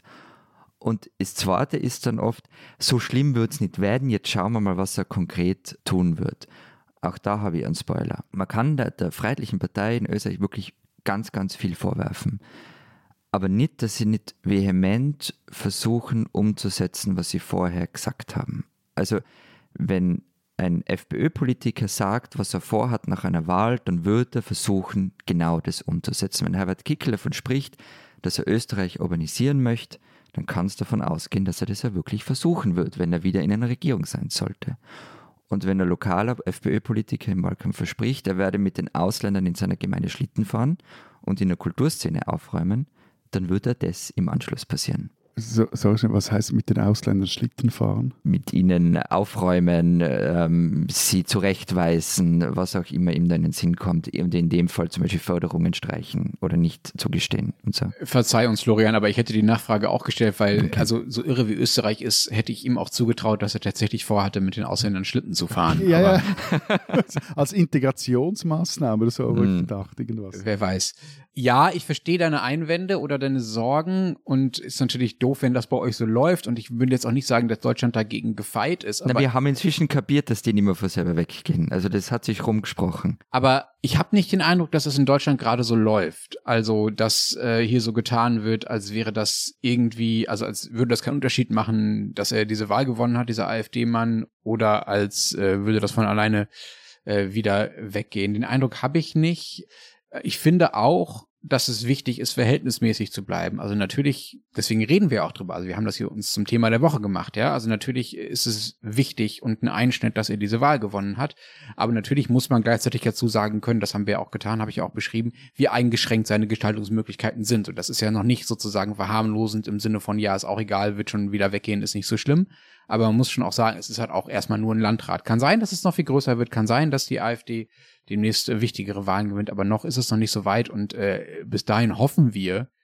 Und das Zweite ist dann oft, so schlimm wird es nicht werden, jetzt schauen wir mal, was er konkret tun wird. Auch da habe ich einen Spoiler. Man kann der Freiheitlichen Partei in Österreich wirklich ganz, ganz viel vorwerfen. Aber nicht, dass sie nicht vehement versuchen umzusetzen, was sie vorher gesagt haben. Also wenn ein FPÖ-Politiker sagt, was er vorhat nach einer Wahl, dann wird er versuchen, genau das umzusetzen. Wenn Herbert Kickl davon spricht, dass er Österreich urbanisieren möchte, dann kann es davon ausgehen, dass er das ja wirklich versuchen wird, wenn er wieder in einer Regierung sein sollte. Und wenn ein lokaler FPÖ-Politiker im Wahlkampf verspricht, er werde mit den Ausländern in seiner Gemeinde Schlitten fahren und in der Kulturszene aufräumen, dann wird er das im Anschluss passieren. Was heißt mit den Ausländern Schlitten fahren? Mit ihnen aufräumen, sie zurechtweisen, was auch immer ihm dann in den Sinn kommt. Und in dem Fall zum Beispiel Förderungen streichen oder nicht zugestehen und so. Verzeih uns, Florian, aber ich hätte die Nachfrage auch gestellt, weil also so irre wie Österreich ist, hätte ich ihm auch zugetraut, dass er tatsächlich vorhatte, mit den Ausländern Schlitten zu fahren. Ja. Als Integrationsmaßnahme oder so, habe ich gedacht, irgendwas. Wer weiß. Ja, ich verstehe deine Einwände oder deine Sorgen und ist natürlich doof, wenn das bei euch so läuft und ich würde jetzt auch nicht sagen, dass Deutschland dagegen gefeit ist. Aber wir haben inzwischen kapiert, dass die nicht mehr von selber weggehen. Also das hat sich rumgesprochen. Aber ich habe nicht den Eindruck, dass es in Deutschland gerade so läuft. Also, dass hier so getan wird, als wäre das irgendwie, also als würde das keinen Unterschied machen, dass er diese Wahl gewonnen hat, dieser AfD-Mann, oder als würde das von alleine wieder weggehen. Den Eindruck habe ich nicht. Ich finde auch, dass es wichtig ist, verhältnismäßig zu bleiben. Also natürlich, deswegen reden wir auch drüber. Also wir haben das hier uns zum Thema der Woche gemacht, ja. Also natürlich ist es wichtig und ein Einschnitt, dass er diese Wahl gewonnen hat. Aber natürlich muss man gleichzeitig dazu sagen können, das haben wir auch getan, habe ich auch beschrieben, wie eingeschränkt seine Gestaltungsmöglichkeiten sind. Und das ist ja noch nicht sozusagen verharmlosend im Sinne von, ja, ist auch egal, wird schon wieder weggehen, ist nicht so schlimm. Aber man muss schon auch sagen, es ist halt auch erstmal nur ein Landrat. Kann sein, dass es noch viel größer wird, kann sein, dass die AfD demnächst wichtigere Wahlen gewinnt, aber noch ist es noch nicht so weit und bis dahin hoffen wir,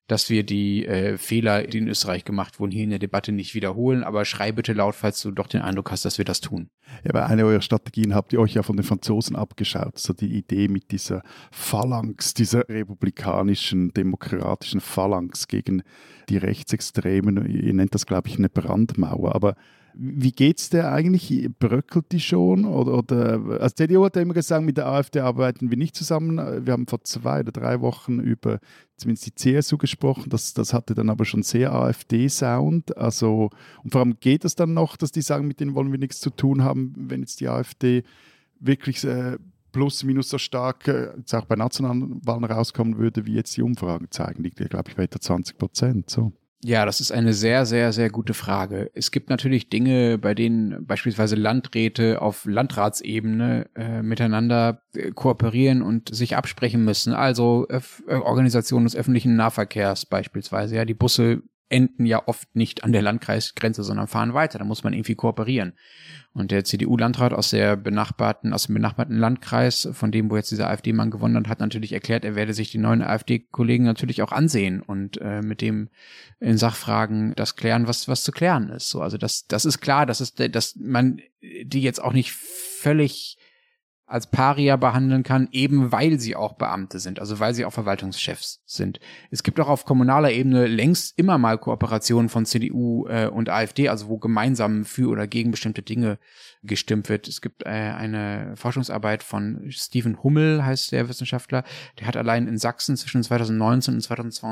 dass wir die Fehler, die in Österreich gemacht wurden, hier in der Debatte nicht wiederholen, aber schrei bitte laut, falls du doch den Eindruck hast, dass wir das tun. Ja, bei einer eurer Strategien habt ihr euch ja von den Franzosen abgeschaut, so die Idee mit dieser Phalanx, dieser republikanischen, demokratischen Phalanx gegen die Rechtsextremen. Ihr nennt das, glaube ich, eine Brandmauer, aber wie geht's der eigentlich? Bröckelt die schon? Oder also die CDU hat ja immer gesagt, mit der AfD arbeiten wir nicht zusammen. Wir haben vor 2 oder 3 Wochen über zumindest die CSU gesprochen. Das hatte dann aber schon sehr AfD-Sound. Also, und vor allem geht es dann noch, dass die sagen, mit denen wollen wir nichts zu tun haben, wenn jetzt die AfD wirklich plus minus so stark jetzt auch bei nationalen Wahlen rauskommen würde, wie jetzt die Umfragen zeigen. Liegt ja, glaube ich, bei etwa 20%. So. Ja, das ist eine sehr, sehr, sehr gute Frage. Es gibt natürlich Dinge, bei denen beispielsweise Landräte auf Landratsebene miteinander kooperieren und sich absprechen müssen. Also Organisation des öffentlichen Nahverkehrs beispielsweise. Ja, die Busse enden ja oft nicht an der Landkreisgrenze, sondern fahren weiter. Da muss man irgendwie kooperieren. Und der CDU-Landrat aus dem benachbarten Landkreis, von dem, wo jetzt dieser AfD-Mann gewonnen hat, hat natürlich erklärt, er werde sich die neuen AfD-Kollegen natürlich auch ansehen und mit dem in Sachfragen das klären, was zu klären ist. So, also das ist klar, dass man die jetzt auch nicht völlig als Paria behandeln kann, eben weil sie auch Beamte sind, also weil sie auch Verwaltungschefs sind. Es gibt auch auf kommunaler Ebene längst immer mal Kooperationen von CDU und AfD, also wo gemeinsam für oder gegen bestimmte Dinge gestimmt wird. Es gibt eine Forschungsarbeit von Stephen Hummel, heißt der Wissenschaftler, der hat allein in Sachsen zwischen 2019 und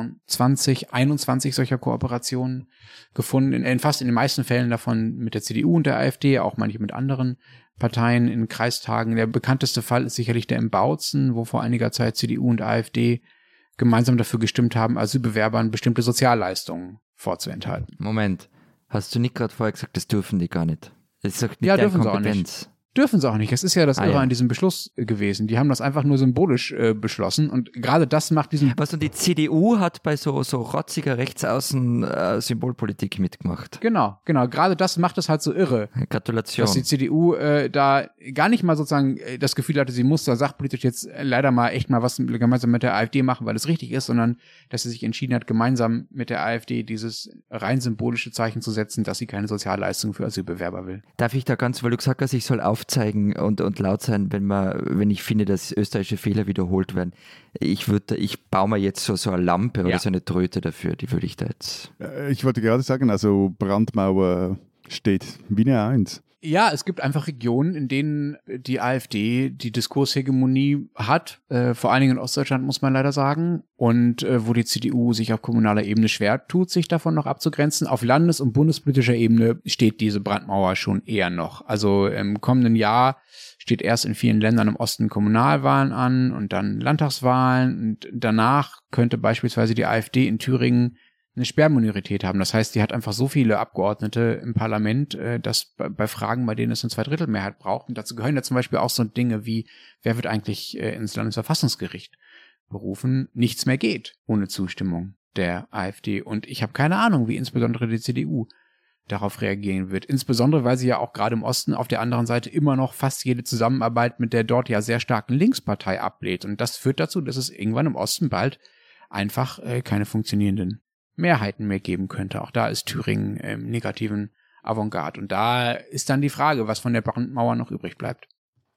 2020 21 solcher Kooperationen gefunden, in fast in den meisten Fällen davon mit der CDU und der AfD, auch manche mit anderen Parteien in Kreistagen. Der bekannteste Fall ist sicherlich der in Bautzen, wo vor einiger Zeit CDU und AfD gemeinsam dafür gestimmt haben, Asylbewerbern bestimmte Sozialleistungen vorzuenthalten. Moment, hast du nicht gerade vorher gesagt, das dürfen die gar nicht? Das ist doch nicht Ja, deren dürfen sie auch Kompetenz. nicht. Dürfen sie auch nicht. Das ist ja das Irre ja. an diesem Beschluss gewesen. Die haben das einfach nur symbolisch beschlossen und gerade das macht diesen... Was und die CDU hat bei so rotziger Rechtsaußen Symbolpolitik mitgemacht. Genau. Gerade das macht es halt so irre. Gratulation. Dass die CDU da gar nicht mal sozusagen das Gefühl hatte, sie muss da sachpolitisch jetzt leider mal echt mal was gemeinsam mit der AfD machen, weil es richtig ist, sondern dass sie sich entschieden hat, gemeinsam mit der AfD dieses rein symbolische Zeichen zu setzen, dass sie keine Sozialleistungen für Asylbewerber will. Darf ich da ganz, weil du gesagt hast, ich soll aufzeigen und laut sein, wenn ich finde, dass österreichische Fehler wiederholt werden. Ich baue mir jetzt so eine Lampe oder so eine Tröte dafür, die würde ich da jetzt... Ich wollte gerade sagen, also Brandmauer steht wie eine Eins. Ja, es gibt einfach Regionen, in denen die AfD die Diskurshegemonie hat, vor allen Dingen in Ostdeutschland, muss man leider sagen, und wo die CDU sich auf kommunaler Ebene schwer tut, sich davon noch abzugrenzen. Auf landes- und bundespolitischer Ebene steht diese Brandmauer schon eher noch. Also im kommenden Jahr steht erst in vielen Ländern im Osten Kommunalwahlen an und dann Landtagswahlen und danach könnte beispielsweise die AfD in Thüringen eine Sperrminorität haben. Das heißt, die hat einfach so viele Abgeordnete im Parlament, dass bei Fragen, bei denen es eine Zweidrittelmehrheit braucht, und dazu gehören ja zum Beispiel auch so Dinge wie, wer wird eigentlich ins Landesverfassungsgericht berufen, nichts mehr geht ohne Zustimmung der AfD. Und ich habe keine Ahnung, wie insbesondere die CDU darauf reagieren wird. Insbesondere, weil sie ja auch gerade im Osten auf der anderen Seite immer noch fast jede Zusammenarbeit mit der dort ja sehr starken Linkspartei ablehnt. Und das führt dazu, dass es irgendwann im Osten bald einfach keine funktionierenden Mehrheiten mehr geben könnte. Auch da ist Thüringen im negativen Avantgarde. Und da ist dann die Frage, was von der Brandmauer noch übrig bleibt.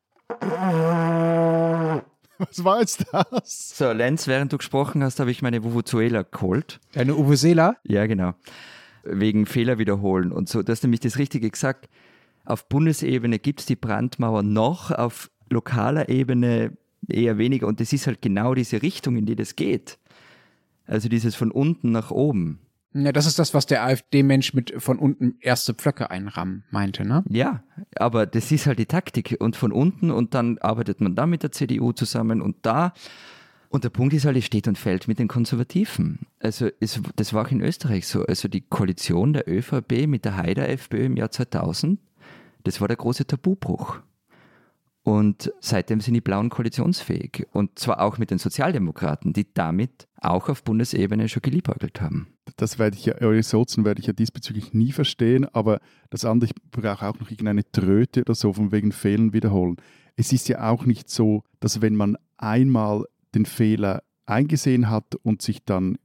Was war jetzt das? So, Lenz, während du gesprochen hast, habe ich meine Vuvuzuela geholt. Deine Vuvuzela? Ja, genau. Wegen Fehler wiederholen und so. Du hast nämlich das Richtige gesagt. Auf Bundesebene gibt es die Brandmauer noch, auf lokaler Ebene eher weniger. Und das ist halt genau diese Richtung, in die das geht. Also dieses von unten nach oben. Ja, das ist das, was der AfD-Mensch mit von unten erste Pflöcke einrammen meinte, ne? Ja, aber das ist halt die Taktik. Und von unten und dann arbeitet man da mit der CDU zusammen und da. Und der Punkt ist halt, es steht und fällt mit den Konservativen. Also das war auch in Österreich so. Also die Koalition der ÖVP mit der Haider-FPÖ im Jahr 2000, das war der große Tabubruch. Und seitdem sind die Blauen koalitionsfähig. Und zwar auch mit den Sozialdemokraten, die damit auch auf Bundesebene schon geliebäugelt haben. Das werde ich ja, eure Sozen werde ich ja diesbezüglich nie verstehen, aber das andere, ich brauche auch noch irgendeine Tröte oder so, von wegen Fehlern wiederholen. Es ist ja auch nicht so, dass wenn man einmal den Fehler eingesehen hat und sich dann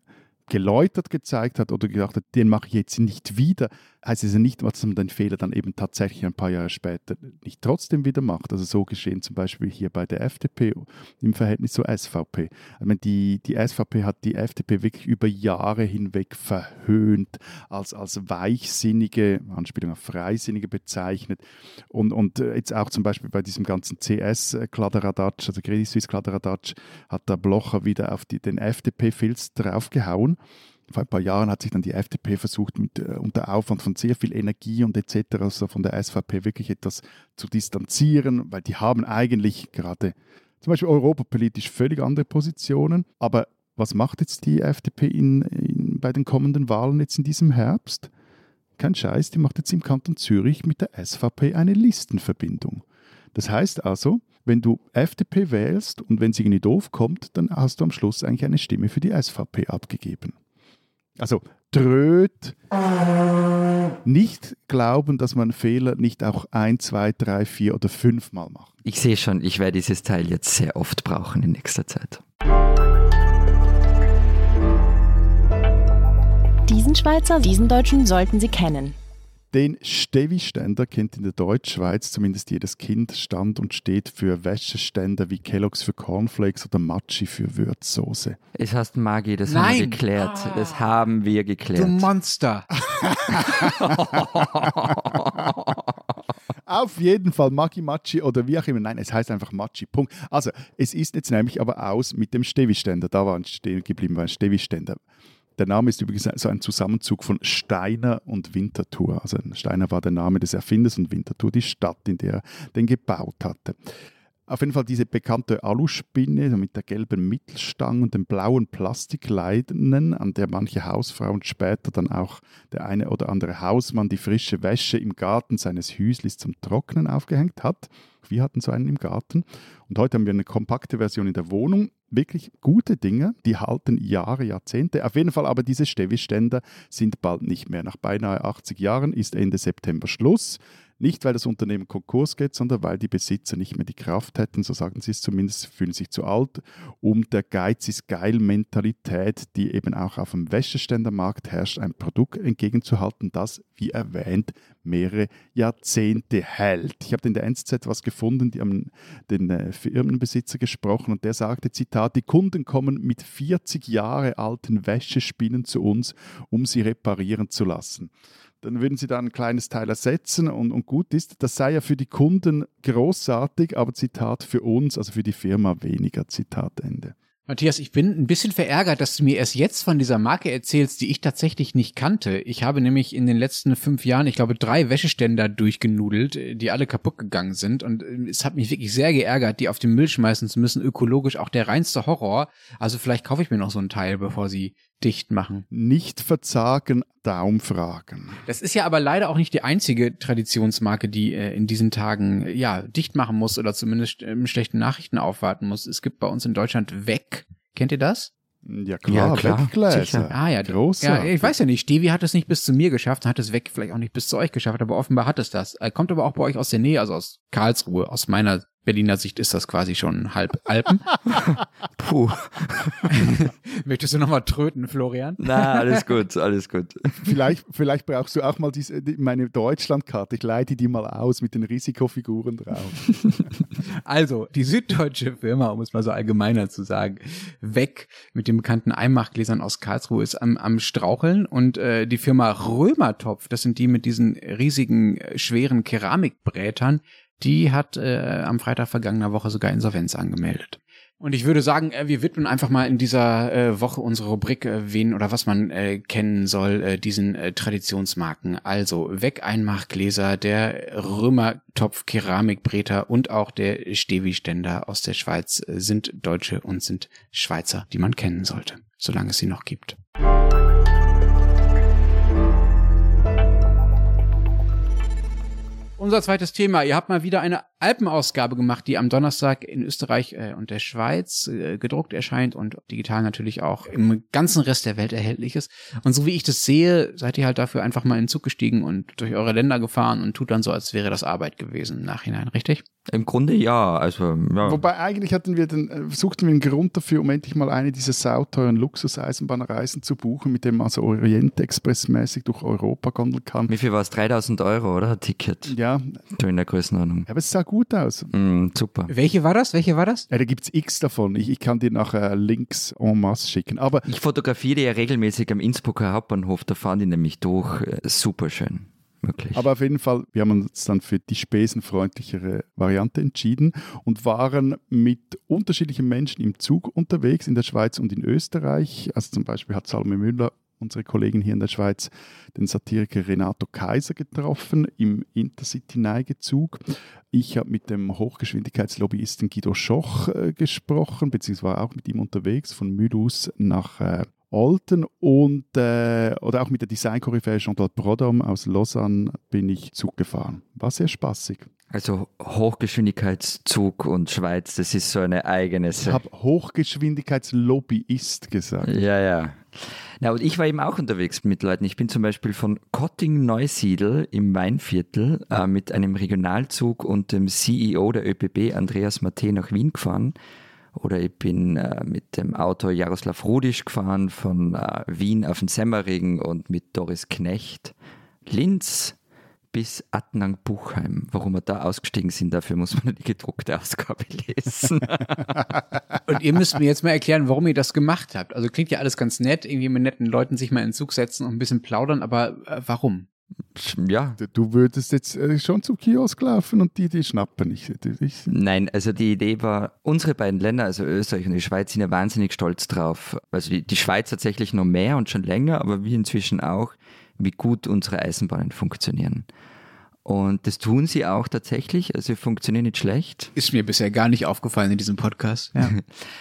geläutert gezeigt hat oder gedacht hat, den mache ich jetzt nicht wieder, heißt es ja nicht, dass man den Fehler dann eben tatsächlich ein paar Jahre später nicht trotzdem wieder macht. Also so geschehen zum Beispiel hier bei der FDP im Verhältnis zur SVP. Ich meine, die SVP hat die FDP wirklich über Jahre hinweg verhöhnt, als weichsinnige, Anspielung auf Freisinnige bezeichnet und jetzt auch zum Beispiel bei diesem ganzen CS-Kladderadatsch, also Credit Suisse-Kladderadatsch, hat der Blocher wieder auf den FDP-Filz draufgehauen. Vor ein paar Jahren hat sich dann die FDP versucht, unter Aufwand von sehr viel Energie und etc. also von der SVP wirklich etwas zu distanzieren, weil die haben eigentlich gerade zum Beispiel europapolitisch völlig andere Positionen. Aber was macht jetzt die FDP bei den kommenden Wahlen jetzt in diesem Herbst? Kein Scheiß, die macht jetzt im Kanton Zürich mit der SVP eine Listenverbindung. Das heißt also, wenn du FDP wählst und wenn sie irgendwie doof kommt, dann hast du am Schluss eigentlich eine Stimme für die SVP abgegeben. Also Tröd, nicht glauben, dass man Fehler nicht auch 1, 2, 3, 4 oder 5 Mal macht. Ich sehe schon, ich werde dieses Teil jetzt sehr oft brauchen in nächster Zeit. Diesen Schweizer, diesen Deutschen sollten Sie kennen. Den Stevi-Ständer kennt in der Deutschschweiz zumindest jedes Kind, stand und steht für Wäscheständer wie Kellogg's für Cornflakes oder Matschi für Würzsoße. Es heißt Maggi, das haben wir geklärt. Das haben wir geklärt. Du Monster! Auf jeden Fall Maggi Matschi oder wie auch immer. Nein, es heißt einfach Matschi. Punkt. Also, es ist jetzt nämlich aber aus mit dem Stevi-Ständer. Da war ein stehen geblieben, war ein Stevi-Ständer. Der Name ist übrigens so ein Zusammenzug von Steiner und Winterthur. Also Steiner war der Name des Erfinders und Winterthur die Stadt, in der er den gebaut hatte. Auf jeden Fall diese bekannte Aluspinne mit der gelben Mittelstange und den blauen Plastikleinen, an der manche Hausfrauen später dann auch der eine oder andere Hausmann die frische Wäsche im Garten seines Hüslis zum Trocknen aufgehängt hat. Wir hatten so einen im Garten. Und heute haben wir eine kompakte Version in der Wohnung. Wirklich gute Dinge, die halten Jahre, Jahrzehnte. Auf jeden Fall aber diese Stevi-Ständer sind bald nicht mehr. Nach beinahe 80 Jahren ist Ende September Schluss. Nicht, weil das Unternehmen Konkurs geht, sondern weil die Besitzer nicht mehr die Kraft hätten, so sagen sie es zumindest, fühlen sich zu alt, um der Geiz-ist-geil-Mentalität, die eben auch auf dem Wäscheständermarkt herrscht, ein Produkt entgegenzuhalten, das, wie erwähnt, mehrere Jahrzehnte hält. Ich habe in der NZZ was gefunden, die haben den Firmenbesitzer gesprochen und der sagte, Zitat, die Kunden kommen mit 40 Jahre alten Wäschespinnen zu uns, um sie reparieren zu lassen. Dann würden sie da ein kleines Teil ersetzen und gut ist. Das sei ja für die Kunden großartig, aber Zitat für uns, also für die Firma weniger, Zitat Ende. Matthias, ich bin ein bisschen verärgert, dass du mir erst jetzt von dieser Marke erzählst, die ich tatsächlich nicht kannte. Ich habe nämlich in den letzten 5 Jahren, ich glaube, 3 Wäscheständer durchgenudelt, die alle kaputt gegangen sind. Und es hat mich wirklich sehr geärgert, die auf den Müll schmeißen zu müssen. Ökologisch auch der reinste Horror. Also vielleicht kaufe ich mir noch so ein Teil, bevor sie dicht machen. Nicht verzagen, Daumenfragen. Das ist ja aber leider auch nicht die einzige Traditionsmarke, die in diesen Tagen dicht machen muss oder zumindest schlechten Nachrichten aufwarten muss. Es gibt bei uns in Deutschland Weg. Kennt ihr das? Ja klar, Weggläser. Ah ja, großartig. Ja, ich weiß ja nicht. Stevi hat es nicht bis zu mir geschafft, hat es Weg vielleicht auch nicht bis zu euch geschafft, aber offenbar hat es das. Kommt aber auch bei euch aus der Nähe, also aus Karlsruhe. Aus meiner Berliner Sicht ist das quasi schon halb Alpen. Puh. Möchtest du nochmal tröten, Florian? Na, alles gut, alles gut. Vielleicht brauchst du auch mal meine Deutschlandkarte. Ich leite die mal aus mit den Risikofiguren drauf. Also, die süddeutsche Firma, um es mal so allgemeiner zu sagen, Weg mit den bekannten Einmachgläsern aus Karlsruhe ist am Straucheln und die Firma Römertopf, das sind die mit diesen riesigen, schweren Keramikbrätern, die hat am Freitag vergangener Woche sogar Insolvenz angemeldet. Und ich würde sagen, wir widmen einfach mal in dieser Woche unsere Rubrik, wen oder was man kennen soll, diesen Traditionsmarken. Also Weg-Einmachgläser, der Römertopf Keramikbräter und auch der Stevi-Ständer aus der Schweiz sind Deutsche und sind Schweizer, die man kennen sollte, solange es sie noch gibt. Unser zweites Thema. Ihr habt mal wieder eine Alpenausgabe gemacht, die am Donnerstag in Österreich und der Schweiz gedruckt erscheint und digital natürlich auch im ganzen Rest der Welt erhältlich ist. Und so wie ich das sehe, seid ihr halt dafür einfach mal in den Zug gestiegen und durch eure Länder gefahren und tut dann so, als wäre das Arbeit gewesen im Nachhinein, richtig? Im Grunde ja. Also, ja. Wobei eigentlich suchten wir einen Grund dafür, um endlich mal eine dieser sauteuren Luxus-Eisenbahnreisen zu buchen, mit dem man so Orient-Express-mäßig durch Europa gondeln kann. Wie viel war es? 3.000 €, oder? Ein Ticket? Ja. So in der Größenordnung. Aber es sah gut aus. Super. Welche war das? Ja, da gibt es x davon. Ich kann dir nachher Links en masse schicken. Aber Ich fotografiere ja regelmäßig am Innsbrucker Hauptbahnhof, da fahren die nämlich durch. Super schön. Wirklich. Aber auf jeden Fall, wir haben uns dann für die spesenfreundlichere Variante entschieden und waren mit unterschiedlichen Menschen im Zug unterwegs, in der Schweiz und in Österreich. Also zum Beispiel hat Salome Müller, unsere Kollegin hier in der Schweiz, den Satiriker Renato Kaiser getroffen im Intercity-Neigezug. Ich habe mit dem Hochgeschwindigkeitslobbyisten Guido Schoch gesprochen, beziehungsweise war auch mit ihm unterwegs, von Mulhouse nach Olten oder auch mit der Design-Koryphäe Chantal Prodhomme aus Lausanne bin ich Zug gefahren. War sehr spaßig. Also Hochgeschwindigkeitszug und Schweiz, das ist so eine eigene Ich habe Hochgeschwindigkeitslobbyist gesagt. Ja. Na, und ich war eben auch unterwegs mit Leuten. Ich bin zum Beispiel von Kotting-Neusiedl im Weinviertel mit einem Regionalzug und dem CEO der ÖPB, Andreas Matte, nach Wien gefahren. Oder ich bin mit dem Autor Jaroslav Rudisch gefahren von Wien auf den Semmering und mit Doris Knecht Linz bis Attnang-Buchheim. Warum wir da ausgestiegen sind, dafür muss man die gedruckte Ausgabe lesen. Und ihr müsst mir jetzt mal erklären, warum ihr das gemacht habt. Also klingt ja alles ganz nett, irgendwie mit netten Leuten sich mal in den Zug setzen und ein bisschen plaudern, aber warum? Ja. Du würdest jetzt schon zum Kiosk laufen und die schnappen. Nein, also die Idee war, unsere beiden Länder, also Österreich und die Schweiz, sind ja wahnsinnig stolz drauf. Also die Schweiz tatsächlich noch mehr und schon länger, aber wir inzwischen auch, wie gut unsere Eisenbahnen funktionieren. Und das tun sie auch tatsächlich, also sie funktionieren nicht schlecht. Ist mir bisher gar nicht aufgefallen in diesem Podcast. Ja.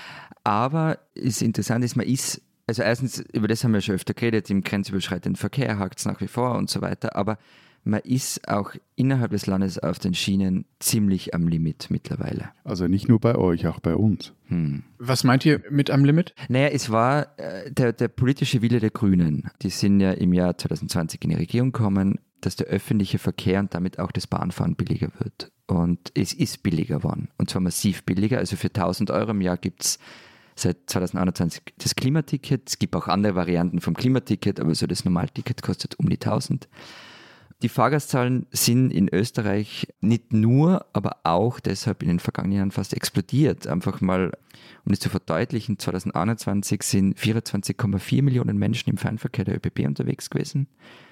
Aber das Interessante ist, also erstens, über das haben wir schon öfter geredet, im grenzüberschreitenden Verkehr hakt es nach wie vor und so weiter, aber man ist auch innerhalb des Landes auf den Schienen ziemlich am Limit mittlerweile. Also nicht nur bei euch, auch bei uns. Was meint ihr mit am Limit? Naja, es war der politische Wille der Grünen. Die sind ja im Jahr 2020 in die Regierung gekommen, dass der öffentliche Verkehr und damit auch das Bahnfahren billiger wird. Und es ist billiger geworden. Und zwar massiv billiger. Also für 1.000 € im Jahr gibt es seit 2021 das Klimaticket. Es gibt auch andere Varianten vom Klimaticket, aber so das Normalticket kostet um die 1.000. Die Fahrgastzahlen sind in Österreich nicht nur, aber auch deshalb in den vergangenen Jahren fast explodiert. Einfach mal, um das zu verdeutlichen, 2021 sind 24,4 Millionen Menschen im Fernverkehr der ÖBB unterwegs gewesen.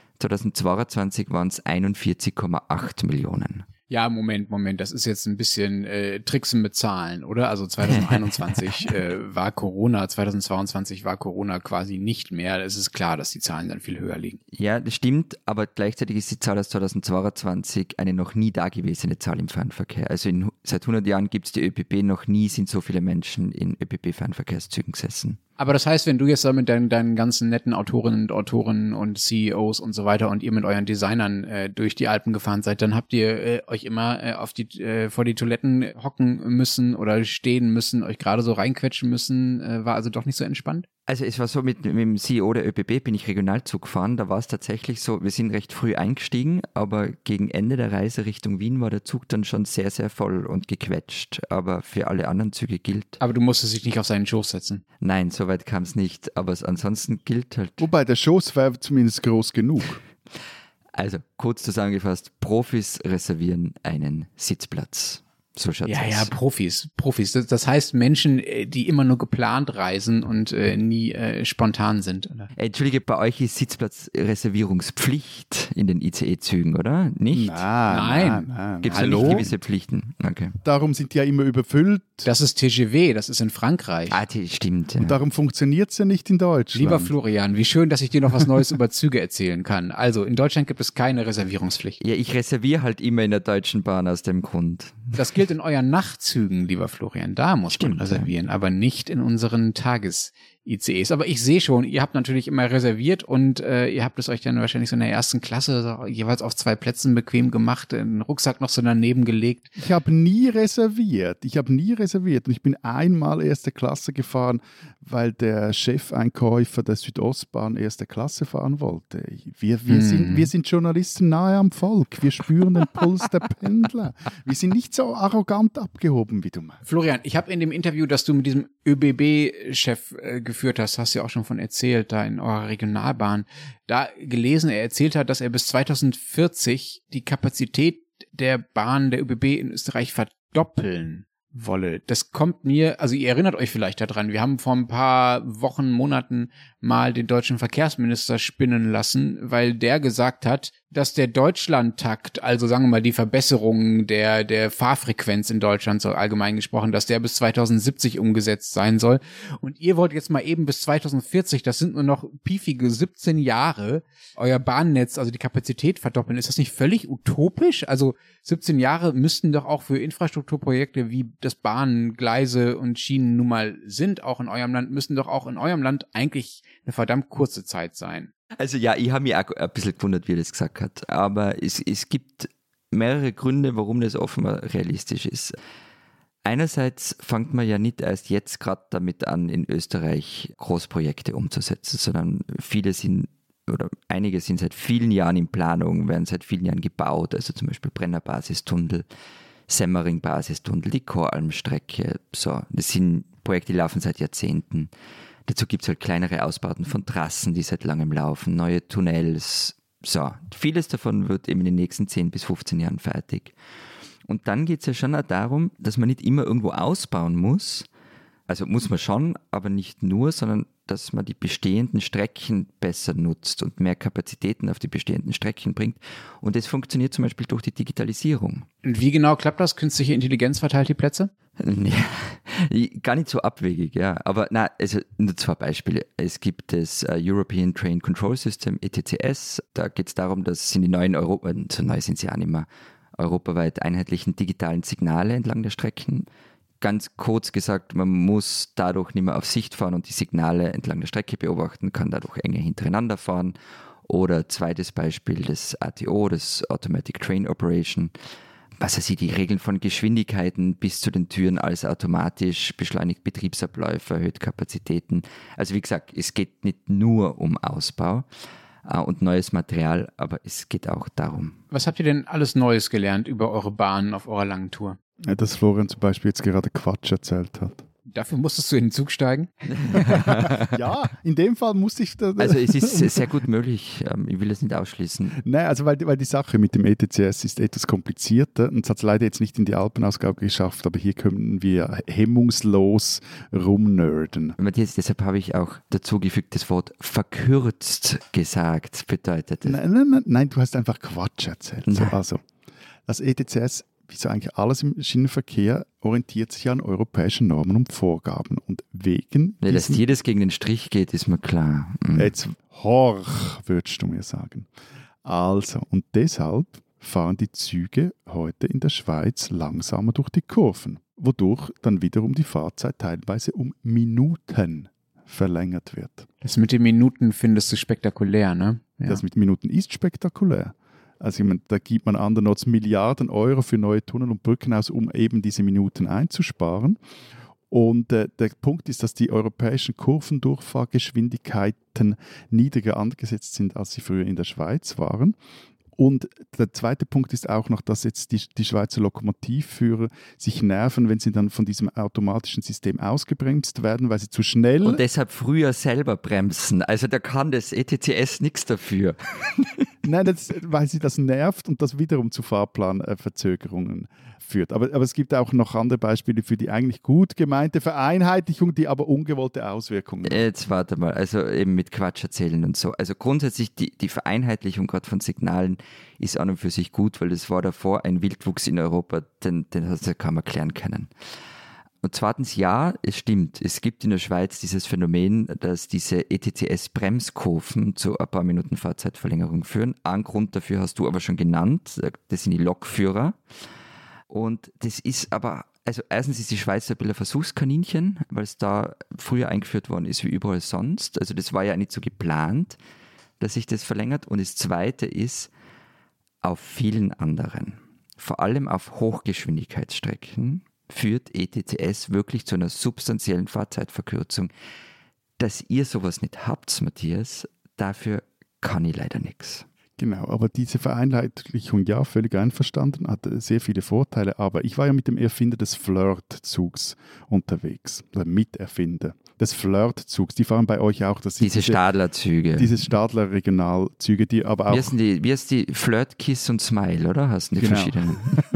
2022 waren es 41,8 Millionen. Ja, Moment, das ist jetzt ein bisschen Tricksen mit Zahlen, oder? Also 2021 war Corona, 2022 war Corona quasi nicht mehr. Es ist klar, dass die Zahlen dann viel höher liegen. Ja, das stimmt, aber gleichzeitig ist die Zahl aus 2022 eine noch nie dagewesene Zahl im Fernverkehr. Also seit 100 Jahren gibt es die ÖBB, noch nie sind so viele Menschen in ÖBB-Fernverkehrszügen gesessen. Aber das heißt, wenn du jetzt da mit deinen ganzen netten Autorinnen und Autoren und CEOs und so weiter und ihr mit euren Designern durch die Alpen gefahren seid, dann habt ihr euch immer vor die Toiletten hocken müssen oder stehen müssen, euch gerade so reinquetschen müssen, war also doch nicht so entspannt? Also es war so, mit dem CEO der ÖBB bin ich Regionalzug gefahren, da war es tatsächlich so, wir sind recht früh eingestiegen, aber gegen Ende der Reise Richtung Wien war der Zug dann schon sehr, sehr voll und gequetscht, aber für alle anderen Züge gilt. Aber du musstest dich nicht auf seinen Schoß setzen? Nein, so weit kam es nicht, aber ansonsten gilt halt. Wobei der Schoß war zumindest groß genug. Also kurz zusammengefasst, Profis reservieren einen Sitzplatz. So schaut's aus. Ja, Profis. Das heißt Menschen, die immer nur geplant reisen und nie spontan sind. Oder? Entschuldige, bei euch ist Sitzplatzreservierungspflicht in den ICE-Zügen, oder? Nicht? Nein. Gibt es nicht gewisse Pflichten? Okay. Darum sind die ja immer überfüllt. Das ist TGV, das ist in Frankreich. Stimmt. Ja. Und darum funktioniert es ja nicht in Deutschland. Lieber Florian, wie schön, dass ich dir noch was Neues über Züge erzählen kann. Also, in Deutschland gibt es keine Reservierungspflicht. Ja, ich reserviere halt immer in der Deutschen Bahn aus dem Grund. Das gilt in euren Nachtzügen, lieber Florian. Da muss man reservieren, aber nicht in unseren ICEs. Aber ich sehe schon, ihr habt natürlich immer reserviert und ihr habt es euch dann wahrscheinlich so in der ersten Klasse so jeweils auf 2 Plätzen bequem gemacht, den Rucksack noch so daneben gelegt. Ich habe nie reserviert. Und ich bin einmal erste Klasse gefahren, weil der Chefeinkäufer der Südostbahn erste Klasse fahren wollte. Wir sind Journalisten nahe am Volk. Wir spüren den Puls der Pendler. Wir sind nicht so arrogant abgehoben, wie du meinst. Florian, ich habe in dem Interview, das du mit diesem ÖBB-Chef geführt hast du ja auch schon von erzählt, da in eurer Regionalbahn, da gelesen, er erzählt hat, dass er bis 2040 die Kapazität der Bahn der ÖBB in Österreich verdoppeln wolle. Das kommt mir, also ihr erinnert euch vielleicht daran, wir haben vor ein paar Wochen, Monaten mal den deutschen Verkehrsminister spinnen lassen, weil der gesagt hat, dass der Deutschlandtakt, also sagen wir mal die Verbesserung der Fahrfrequenz in Deutschland, so allgemein gesprochen, dass der bis 2070 umgesetzt sein soll. Und ihr wollt jetzt mal eben bis 2040, das sind nur noch piefige 17 Jahre, euer Bahnnetz, also die Kapazität verdoppeln. Ist das nicht völlig utopisch? Also 17 Jahre müssten doch auch für Infrastrukturprojekte wie das Bahnen, Gleise und Schienen nun mal sind, auch in eurem Land, müssten doch auch in eurem Land eigentlich eine verdammt kurze Zeit sein. Also ja, ich habe mich auch ein bisschen gewundert, wie er das gesagt hat. Aber es gibt mehrere Gründe, warum das offenbar realistisch ist. Einerseits fängt man ja nicht erst jetzt gerade damit an, in Österreich Großprojekte umzusetzen, sondern einige sind seit vielen Jahren in Planung, werden seit vielen Jahren gebaut, also zum Beispiel Brenner-Basistunnel, Semmering-Basistunnel, die Koralmstrecke. So, das sind Projekte, die laufen seit Jahrzehnten. Dazu gibt es halt kleinere Ausbauten von Trassen, die seit langem laufen, neue Tunnels. So, vieles davon wird eben in den nächsten 10 bis 15 Jahren fertig. Und dann geht es ja schon auch darum, dass man nicht immer irgendwo ausbauen muss. Also muss man schon, aber nicht nur, sondern dass man die bestehenden Strecken besser nutzt und mehr Kapazitäten auf die bestehenden Strecken bringt. Und das funktioniert zum Beispiel durch die Digitalisierung. Und wie genau klappt das? Künstliche Intelligenz verteilt die Plätze? Ja, gar nicht so abwegig, ja. Aber also nur 2 Beispiele. Es gibt das European Train Control System, ETCS. Da geht es darum, dass in die neuen so neu sind sie auch nicht mehr, europaweit einheitlichen digitalen Signale entlang der Strecken. Ganz kurz gesagt, man muss dadurch nicht mehr auf Sicht fahren und die Signale entlang der Strecke beobachten, kann dadurch enger hintereinander fahren. Oder zweites Beispiel, das ATO, das Automatic Train Operation. Was weiß ich, die Regeln von Geschwindigkeiten bis zu den Türen, alles automatisch, beschleunigt Betriebsabläufe, erhöht Kapazitäten. Also wie gesagt, es geht nicht nur um Ausbau und neues Material, aber es geht auch darum. Was habt ihr denn alles Neues gelernt über eure Bahnen auf eurer langen Tour? Dass Florian zum Beispiel jetzt gerade Quatsch erzählt hat. Dafür musstest du in den Zug steigen? Ja, in dem Fall musste ich... Also es ist sehr gut möglich, ich will es nicht ausschließen. Nein, also weil die Sache mit dem ETCS ist etwas komplizierter und es hat es leider jetzt nicht in die Alpenausgabe geschafft, aber hier können wir hemmungslos rumnerden. Matthias, deshalb habe ich auch dazugefügt, das Wort verkürzt gesagt bedeutet es. Nein, du hast einfach Quatsch erzählt. So, also, das ETCS, wie so eigentlich alles im Schienenverkehr, orientiert sich an europäischen Normen und Vorgaben. Und wegen ja, dass jedes gegen den Strich geht, ist mir klar. Jetzt horch, würdest du mir sagen. Also, und deshalb fahren die Züge heute in der Schweiz langsamer durch die Kurven, wodurch dann wiederum die Fahrzeit teilweise um Minuten verlängert wird. Das mit den Minuten findest du spektakulär, ne? Ja. Das mit Minuten ist spektakulär. Also ich meine, da gibt man andernorts Milliarden Euro für neue Tunnel und Brücken aus, um eben diese Minuten einzusparen. Und der Punkt ist, dass die europäischen Kurvendurchfahrgeschwindigkeiten niedriger angesetzt sind, als sie früher in der Schweiz waren. Und der zweite Punkt ist auch noch, dass jetzt die Schweizer Lokomotivführer sich nerven, wenn sie dann von diesem automatischen System ausgebremst werden, weil sie zu schnell... Und deshalb früher selber bremsen. Also da kann das ETCS nichts dafür. Nein, weil sie das nervt und das wiederum zu Fahrplanverzögerungen führt. Aber es gibt auch noch andere Beispiele für die eigentlich gut gemeinte Vereinheitlichung, die aber ungewollte Auswirkungen hat. Jetzt warte mal, also eben mit Quatsch erzählen und so. Also grundsätzlich die Vereinheitlichung gerade von Signalen ist an und für sich gut, weil das war davor ein Wildwuchs in Europa, den kann man klären können. Und zweitens, ja, es stimmt, es gibt in der Schweiz dieses Phänomen, dass diese ETCS-Bremskurven zu ein paar Minuten Fahrzeitverlängerung führen. Einen Grund dafür hast du aber schon genannt, das sind die Lokführer. Und das ist aber Also erstens ist die Schweiz ein bisschen ein Versuchskaninchen, weil es da früher eingeführt worden ist wie überall sonst. Also das war ja nicht so geplant, dass sich das verlängert. Und das Zweite ist, auf vielen anderen, vor allem auf Hochgeschwindigkeitsstrecken, führt ETCS wirklich zu einer substanziellen Fahrzeitverkürzung. Dass ihr sowas nicht habt, Matthias, dafür kann ich leider nichts. Genau, aber diese Vereinheitlichung, ja, völlig einverstanden, hat sehr viele Vorteile, aber ich war ja mit dem Erfinder des Flirt-Zugs unterwegs, oder Miterfinder des Flirt-Zugs, die fahren bei euch auch. Diese Stadler-Züge. Diese Stadler-Regionalzüge, die aber auch... Wie heißt die Flirt, Kiss und Smile, oder? Hast du die verschiedenen?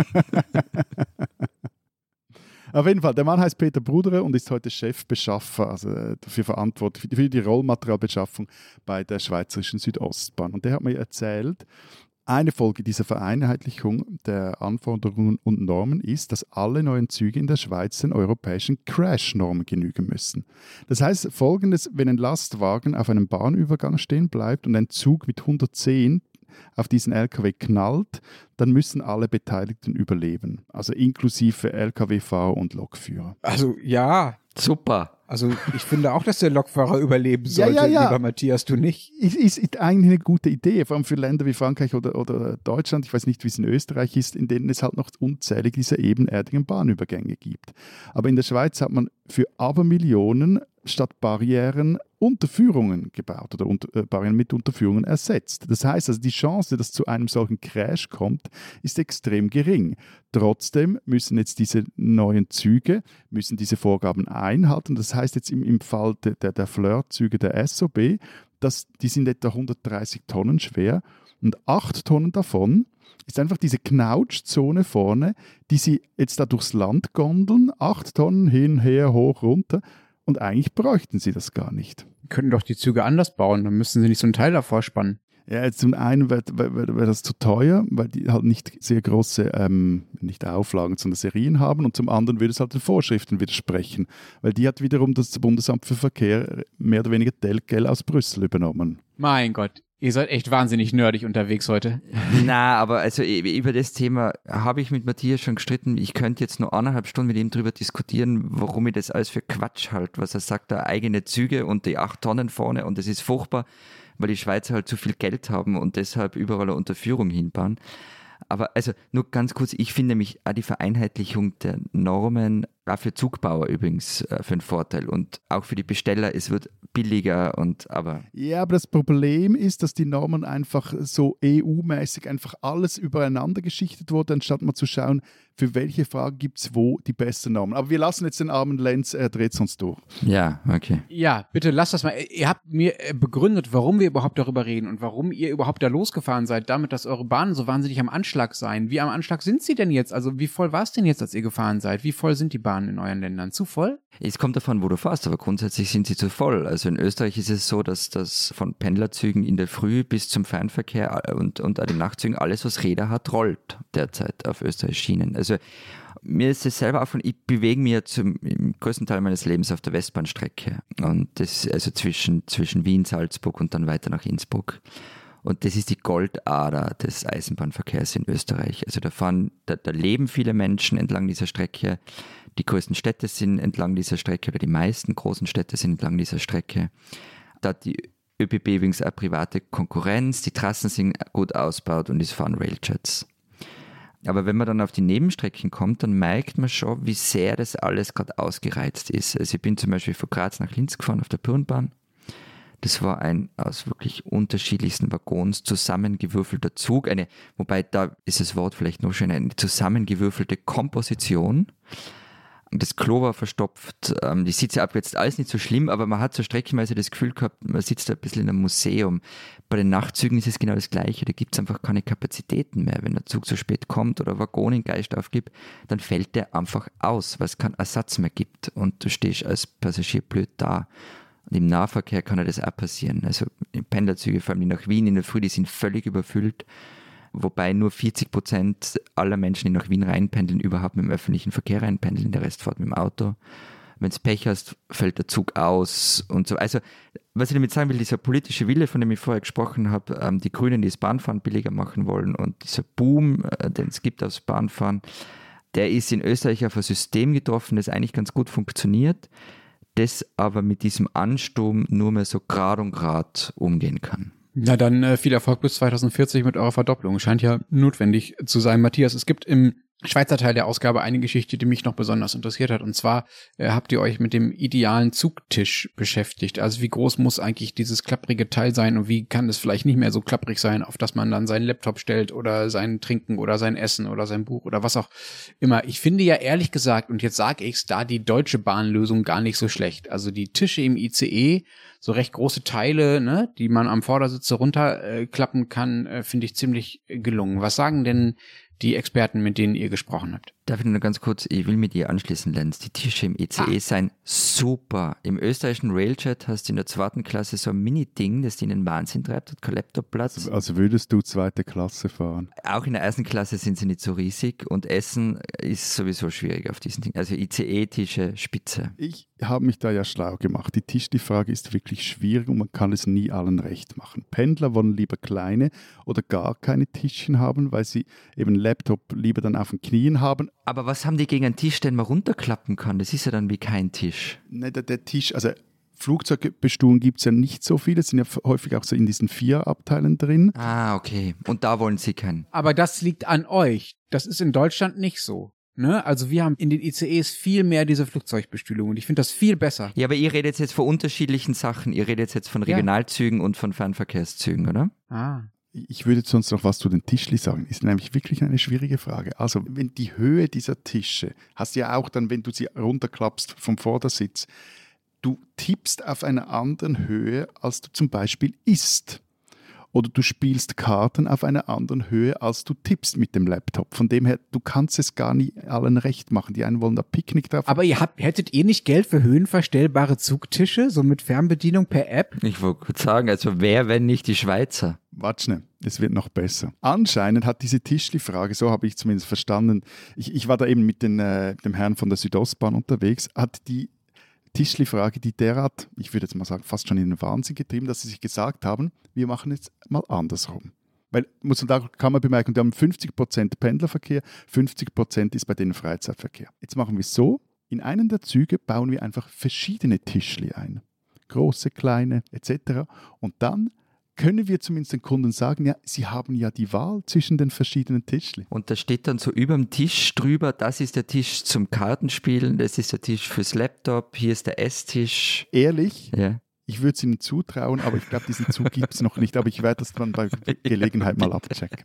Auf jeden Fall, der Mann heißt Peter Bruderer und ist heute Chefbeschaffer, also dafür verantwortlich für die Rollmaterialbeschaffung bei der Schweizerischen Südostbahn. Und der hat mir erzählt, eine Folge dieser Vereinheitlichung der Anforderungen und Normen ist, dass alle neuen Züge in der Schweiz den europäischen Crash-Normen genügen müssen. Das heißt folgendes: Wenn ein Lastwagen auf einem Bahnübergang stehen bleibt und ein Zug mit 110 auf diesen LKW knallt, dann müssen alle Beteiligten überleben. Also inklusive LKW-Fahrer und Lokführer. Also ja. Super. Also ich finde auch, dass der Lokfahrer überleben sollte, lieber Matthias, du nicht. Ist eigentlich eine gute Idee, vor allem für Länder wie Frankreich oder Deutschland. Ich weiß nicht, wie es in Österreich ist, in denen es halt noch unzählige dieser ebenerdigen Bahnübergänge gibt. Aber in der Schweiz hat man für Abermillionen statt Barrieren Unterführungen gebaut oder Barrieren mit Unterführungen ersetzt. Das heißt also, die Chance, dass zu einem solchen Crash kommt, ist extrem gering. Trotzdem müssen jetzt diese neuen Züge diese Vorgaben einhalten. Das heißt jetzt im Fall der Flirt-Züge der SOB, die sind etwa 130 Tonnen schwer und 8 Tonnen davon ist einfach diese Knautschzone vorne, die sie jetzt da durchs Land gondeln, 8 Tonnen hin, her, hoch, runter. Und eigentlich bräuchten sie das gar nicht. Die könnten doch die Züge anders bauen, dann müssten sie nicht so einen Teil davor spannen. Ja, zum einen wäre das zu teuer, weil die halt nicht sehr große, nicht Auflagen, sondern Serien haben. Und zum anderen würde es halt den Vorschriften widersprechen, weil die hat wiederum das Bundesamt für Verkehr mehr oder weniger Telgel aus Brüssel übernommen. Mein Gott, ihr seid echt wahnsinnig nerdig unterwegs heute. Na, aber also über das Thema habe ich mit Matthias schon gestritten. Ich könnte jetzt nur 1,5 Stunden mit ihm drüber diskutieren, warum ich das alles für Quatsch halte, was er sagt, da eigene Züge und die 8 Tonnen vorne und das ist furchtbar, weil die Schweizer halt zu viel Geld haben und deshalb überall eine Unterführung hinbauen. Aber also nur ganz kurz, ich finde nämlich auch die Vereinheitlichung der Normen, auch für Zugbauer übrigens, für einen Vorteil und auch für die Besteller, es wird billiger Ja, aber das Problem ist, dass die Normen einfach so EU-mäßig einfach alles übereinander geschichtet wurden, anstatt mal zu schauen, für welche Frage gibt es wo die besten Normen. Aber wir lassen jetzt den armen Lenz, er dreht es uns durch. Ja, okay. Ja, bitte lasst das mal. Ihr habt mir begründet, warum wir überhaupt darüber reden und warum ihr überhaupt da losgefahren seid, damit, dass eure Bahnen so wahnsinnig am Anschlag seien. Wie am Anschlag sind sie denn jetzt? Also wie voll war es denn jetzt, als ihr gefahren seid? Wie voll sind die Bahnen in euren Ländern? Zu voll? Es kommt davon, wo du fährst, aber grundsätzlich sind sie zu voll. Also in Österreich ist es so, dass das von Pendlerzügen in der Früh bis zum Fernverkehr und an den Nachtzügen alles, was Räder hat, rollt derzeit auf Österreichs Schienen. Also mir ist es selber aufgefallen, ich bewege mich ja im größten Teil meines Lebens auf der Westbahnstrecke und das also zwischen Wien, Salzburg und dann weiter nach Innsbruck. Und das ist die Goldader des Eisenbahnverkehrs in Österreich. Also da leben viele Menschen entlang dieser Strecke. Die größten Städte sind entlang dieser Strecke oder die meisten großen Städte sind entlang dieser Strecke. Da hat die ÖBB übrigens eine private Konkurrenz, die Trassen sind gut ausgebaut und es fahren Railjets. Aber wenn man dann auf die Nebenstrecken kommt, dann merkt man schon, wie sehr das alles gerade ausgereizt ist. Also ich bin zum Beispiel von Graz nach Linz gefahren auf der Pyrnbahn. Das war ein aus wirklich unterschiedlichsten Waggons zusammengewürfelter Zug. Wobei da ist das Wort vielleicht noch schöner, eine zusammengewürfelte Komposition. Das Klo war verstopft, die Sitze abgesetzt, alles nicht so schlimm, aber man hat so streckenweise das Gefühl gehabt, man sitzt da ein bisschen in einem Museum. Bei den Nachtzügen ist es genau das Gleiche, da gibt es einfach keine Kapazitäten mehr. Wenn der Zug zu spät kommt oder Waggon in Geist aufgibt, dann fällt der einfach aus, weil es keinen Ersatz mehr gibt und du stehst als Passagier blöd da. Und im Nahverkehr kann ja das auch passieren. Also Pendlerzüge, vor allem die nach Wien in der Früh, die sind völlig überfüllt. Wobei nur 40% aller Menschen, die nach Wien reinpendeln, überhaupt mit dem öffentlichen Verkehr reinpendeln, der Rest fährt mit dem Auto. Wenn es Pech hast, fällt der Zug aus und so. Also, was ich damit sagen will, dieser politische Wille, von dem ich vorher gesprochen habe, die Grünen, die das Bahnfahren billiger machen wollen und dieser Boom, den es gibt aufs Bahnfahren, der ist in Österreich auf ein System getroffen, das eigentlich ganz gut funktioniert, das aber mit diesem Ansturm nur mehr so Grad und Grad umgehen kann. Na dann viel Erfolg bis 2040 mit eurer Verdopplung. Scheint ja notwendig zu sein. Matthias, es gibt im Schweizer Teil der Ausgabe eine Geschichte, die mich noch besonders interessiert hat. Und zwar habt ihr euch mit dem idealen Zugtisch beschäftigt. Also wie groß muss eigentlich dieses klapprige Teil sein und wie kann es vielleicht nicht mehr so klapprig sein, auf das man dann seinen Laptop stellt oder sein Trinken oder sein Essen oder sein Buch oder was auch immer. Ich finde ja ehrlich gesagt, und jetzt sage ich's, da die Deutsche Bahnlösung gar nicht so schlecht. Also die Tische im ICE, so recht große Teile, ne, die man am Vordersitz so runterklappen kann, finde ich ziemlich gelungen. Was sagen denn die Experten, mit denen ihr gesprochen habt? Darf ich nur ganz kurz, ich will mit dir anschließen, Lenz. Die Tische im ICE seien super. Im österreichischen Railjet hast du in der 2. Klasse so ein Mini-Ding, das dir in den Wahnsinn treibt, hat kein Laptopplatz. Also würdest du 2. Klasse fahren? Auch in der 1. Klasse sind sie nicht so riesig und Essen ist sowieso schwierig auf diesen Ding. Also ICE-Tische, spitze. Ich habe mich da ja schlau gemacht. Die Frage ist wirklich schwierig und man kann es nie allen recht machen. Pendler wollen lieber kleine oder gar keine Tischchen haben, weil sie eben Laptop lieber dann auf den Knien haben. Aber was haben die gegen einen Tisch, den man runterklappen kann? Das ist ja dann wie kein Tisch. Ne, der Tisch, also Flugzeugbestuhlung gibt es ja nicht so viele, es sind ja häufig auch so in diesen 4 Abteilen drin. Ah, okay. Und da wollen sie keinen. Aber das liegt an euch. Das ist in Deutschland nicht so. Ne? Also wir haben in den ICEs viel mehr diese Flugzeugbestühlung und ich finde das viel besser. Ja, aber ihr redet jetzt von unterschiedlichen Sachen. Ihr redet jetzt von Regionalzügen und von Fernverkehrszügen, oder? Ah. Ich würde sonst noch was zu den Tischli sagen. Ist nämlich wirklich eine schwierige Frage. Also wenn die Höhe dieser Tische, hast du ja auch dann, wenn du sie runterklappst vom Vordersitz, du tippst auf einer anderen Höhe, als du zum Beispiel isst. Oder du spielst Karten auf einer anderen Höhe, als du tippst mit dem Laptop. Von dem her, du kannst es gar nicht allen recht machen. Die einen wollen da Picknick drauf. Aber hättet ihr nicht Geld für höhenverstellbare Zugtische, so mit Fernbedienung per App? Ich wollte kurz sagen, also wer, wenn nicht die Schweizer? Warte schnell, es wird noch besser. Anscheinend hat diese Tischli-Frage, so habe ich zumindest verstanden, ich war da eben mit dem Herrn von der Südostbahn unterwegs, hat die Tischli-Frage, die derart, ich würde jetzt mal sagen, fast schon in den Wahnsinn getrieben, dass sie sich gesagt haben, wir machen jetzt mal andersrum. Weil, da kann man bemerken, wir haben 50% Pendlerverkehr, 50% ist bei denen Freizeitverkehr. Jetzt machen wir es so, in einem der Züge bauen wir einfach verschiedene Tischli ein. Große, kleine, etc. Und dann können wir zumindest den Kunden sagen, ja, sie haben ja die Wahl zwischen den verschiedenen Tischli. Und da steht dann so über dem Tisch drüber, das ist der Tisch zum Kartenspielen, das ist der Tisch fürs Laptop, hier ist der Esstisch. Ehrlich? Ja. Ich würde es Ihnen zutrauen, aber ich glaube, diesen Zug gibt es noch nicht. Aber ich werde das dann bei Gelegenheit mal abchecken.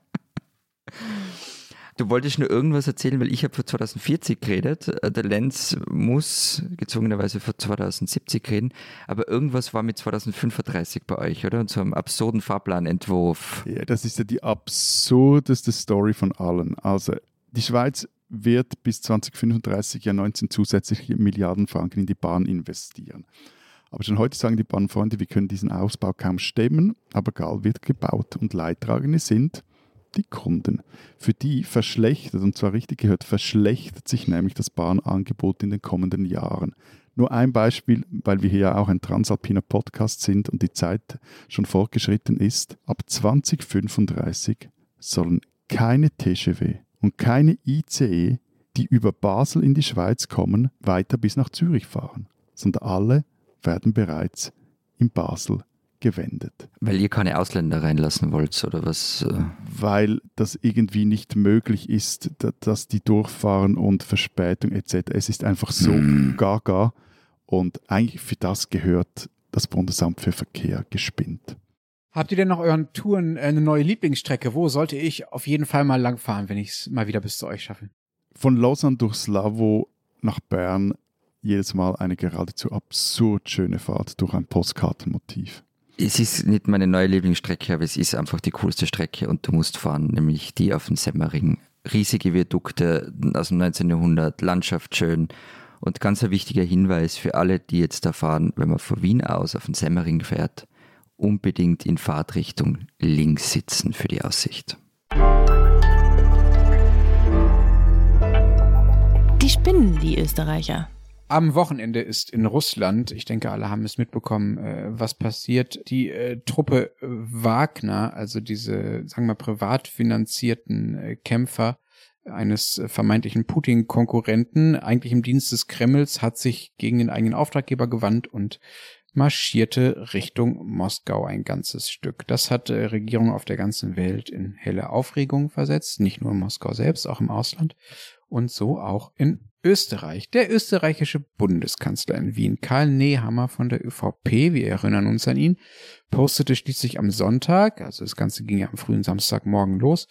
Du wolltest nur irgendwas erzählen, weil ich habe für 2040 geredet. Der Lenz muss gezwungenerweise für 2070 reden. Aber irgendwas war mit 2035 bei euch, oder? Und so einem absurden Fahrplanentwurf. Ja, das ist ja die absurdeste Story von allen. Also die Schweiz wird bis 2035 ja 19 zusätzliche Milliarden Franken in die Bahn investieren. Aber schon heute sagen die Bahnfreunde, wir können diesen Ausbau kaum stemmen, aber egal, wird gebaut. Und Leidtragende sind die Kunden. Für die verschlechtert, und zwar richtig gehört, verschlechtert sich nämlich das Bahnangebot in den kommenden Jahren. Nur ein Beispiel, weil wir hier ja auch ein transalpiner Podcast sind und die Zeit schon fortgeschritten ist. Ab 2035 sollen keine TGV und keine ICE, die über Basel in die Schweiz kommen, weiter bis nach Zürich fahren, sondern alle werden bereits in Basel gewendet. Weil ihr keine Ausländer reinlassen wollt, oder was? Weil das irgendwie nicht möglich ist, dass die durchfahren und Verspätung etc. Es ist einfach so gaga und eigentlich für das gehört das Bundesamt für Verkehr gespinnt. Habt ihr denn nach euren Touren eine neue Lieblingsstrecke? Wo sollte ich auf jeden Fall mal langfahren, wenn ich es mal wieder bis zu euch schaffe? Von Lausanne durch Slavo nach Bern jedes Mal eine geradezu absurd schöne Fahrt durch ein Postkartenmotiv. Es ist nicht meine neue Lieblingsstrecke, aber es ist einfach die coolste Strecke und du musst fahren, nämlich die auf den Semmering. Riesige Viadukte aus dem 19. Jahrhundert, Landschaft schön und ganz ein wichtiger Hinweis für alle, die jetzt da fahren, wenn man von Wien aus auf den Semmering fährt, unbedingt in Fahrtrichtung links sitzen für die Aussicht. Die spinnen, die Österreicher. Am Wochenende ist in Russland, ich denke, alle haben es mitbekommen, was passiert. Die Truppe Wagner, also diese, sagen wir mal, privat finanzierten Kämpfer, eines vermeintlichen Putin-Konkurrenten, eigentlich im Dienst des Kremls, hat sich gegen den eigenen Auftraggeber gewandt und marschierte Richtung Moskau ein ganzes Stück. Das hat Regierungen auf der ganzen Welt in helle Aufregung versetzt, nicht nur in Moskau selbst, auch im Ausland und so auch in Österreich. Der österreichische Bundeskanzler in Wien, Karl Nehammer von der ÖVP, wir erinnern uns an ihn, postete schließlich am Sonntag, also das Ganze ging ja am frühen Samstagmorgen los,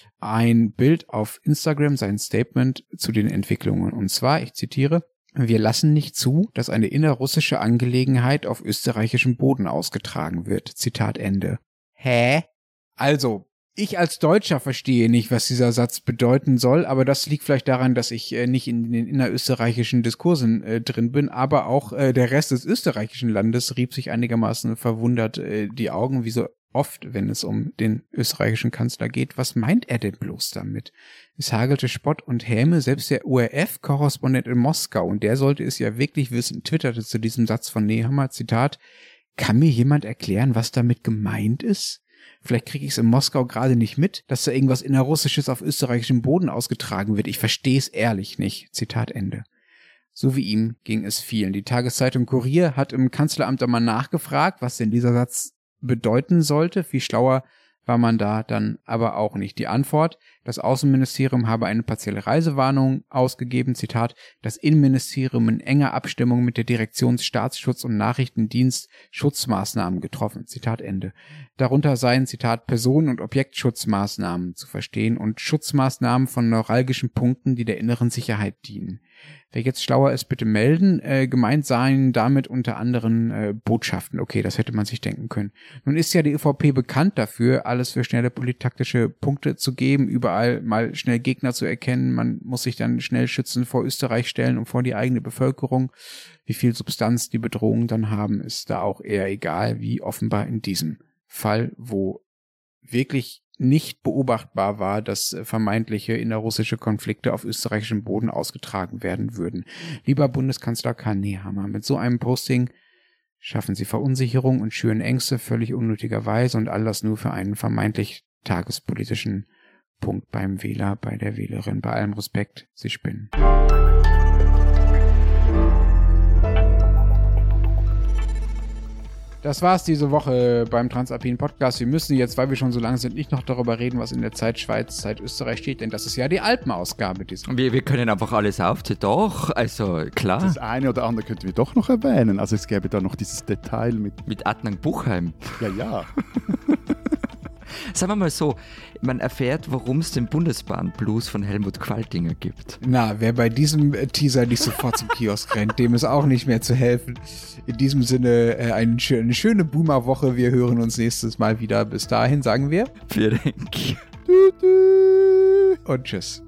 ein Bild auf Instagram, sein Statement zu den Entwicklungen. Und zwar, ich zitiere, wir lassen nicht zu, dass eine innerrussische Angelegenheit auf österreichischem Boden ausgetragen wird. Zitat Ende. Hä? Also, ich als Deutscher verstehe nicht, was dieser Satz bedeuten soll, aber das liegt vielleicht daran, dass ich nicht in den innerösterreichischen Diskursen drin bin, aber auch der Rest des österreichischen Landes rieb sich einigermaßen verwundert die Augen, wie so oft, wenn es um den österreichischen Kanzler geht. Was meint er denn bloß damit? Es hagelte Spott und Häme, selbst der ORF-Korrespondent in Moskau, und der sollte es ja wirklich wissen, twitterte zu diesem Satz von Nehammer, Zitat, kann mir jemand erklären, was damit gemeint ist? Vielleicht kriege ich es in Moskau gerade nicht mit, dass da irgendwas Innerrussisches auf österreichischem Boden ausgetragen wird. Ich verstehe es ehrlich nicht. Zitat Ende. So wie ihm ging es vielen. Die Tageszeitung Kurier hat im Kanzleramt einmal nachgefragt, was denn dieser Satz bedeuten sollte. Viel schlauer war man da dann aber auch nicht. Die Antwort, das Außenministerium habe eine partielle Reisewarnung ausgegeben, Zitat, das Innenministerium in enger Abstimmung mit der Direktion Staatsschutz und Nachrichtendienst Schutzmaßnahmen getroffen, Zitat Ende. Darunter seien, Zitat, Personen- und Objektschutzmaßnahmen zu verstehen und Schutzmaßnahmen von neuralgischen Punkten, die der inneren Sicherheit dienen. Wer jetzt schlauer ist, bitte melden. Gemeint seien damit unter anderem Botschaften. Okay, das hätte man sich denken können. Nun ist ja die ÖVP bekannt dafür, alles für schnelle polittaktische Punkte zu geben, überall mal schnell Gegner zu erkennen. Man muss sich dann schnell schützen vor Österreich stellen und vor die eigene Bevölkerung. Wie viel Substanz die Bedrohungen dann haben, ist da auch eher egal, wie offenbar in diesem Fall, wo wirklich nicht beobachtbar war, dass vermeintliche innerrussische Konflikte auf österreichischem Boden ausgetragen werden würden. Lieber Bundeskanzler Karl Nehammer, mit so einem Posting schaffen Sie Verunsicherung und schüren Ängste völlig unnötigerweise und all das nur für einen vermeintlich tagespolitischen Punkt beim Wähler, bei der Wählerin. Bei allem Respekt, Sie spinnen. Das war's diese Woche beim Transalpinen Podcast. Wir müssen jetzt, weil wir schon so lange sind, nicht noch darüber reden, was in der Zeit Schweiz, Zeit Österreich steht, denn das ist ja die Alpenausgabe. Wir können einfach alles aufzählen. Doch, also klar. Das eine oder andere könnten wir doch noch erwähnen. Also es gäbe da noch dieses Detail mit Adnan Buchheim. Ja. Sagen wir mal so, man erfährt, warum es den Bundesbahn-Blues von Helmut Qualtinger gibt. Na, wer bei diesem Teaser nicht sofort zum Kiosk rennt, dem ist auch nicht mehr zu helfen. In diesem Sinne, eine schöne Boomer-Woche. Wir hören uns nächstes Mal wieder. Bis dahin sagen wir Vielen Dank. und tschüss.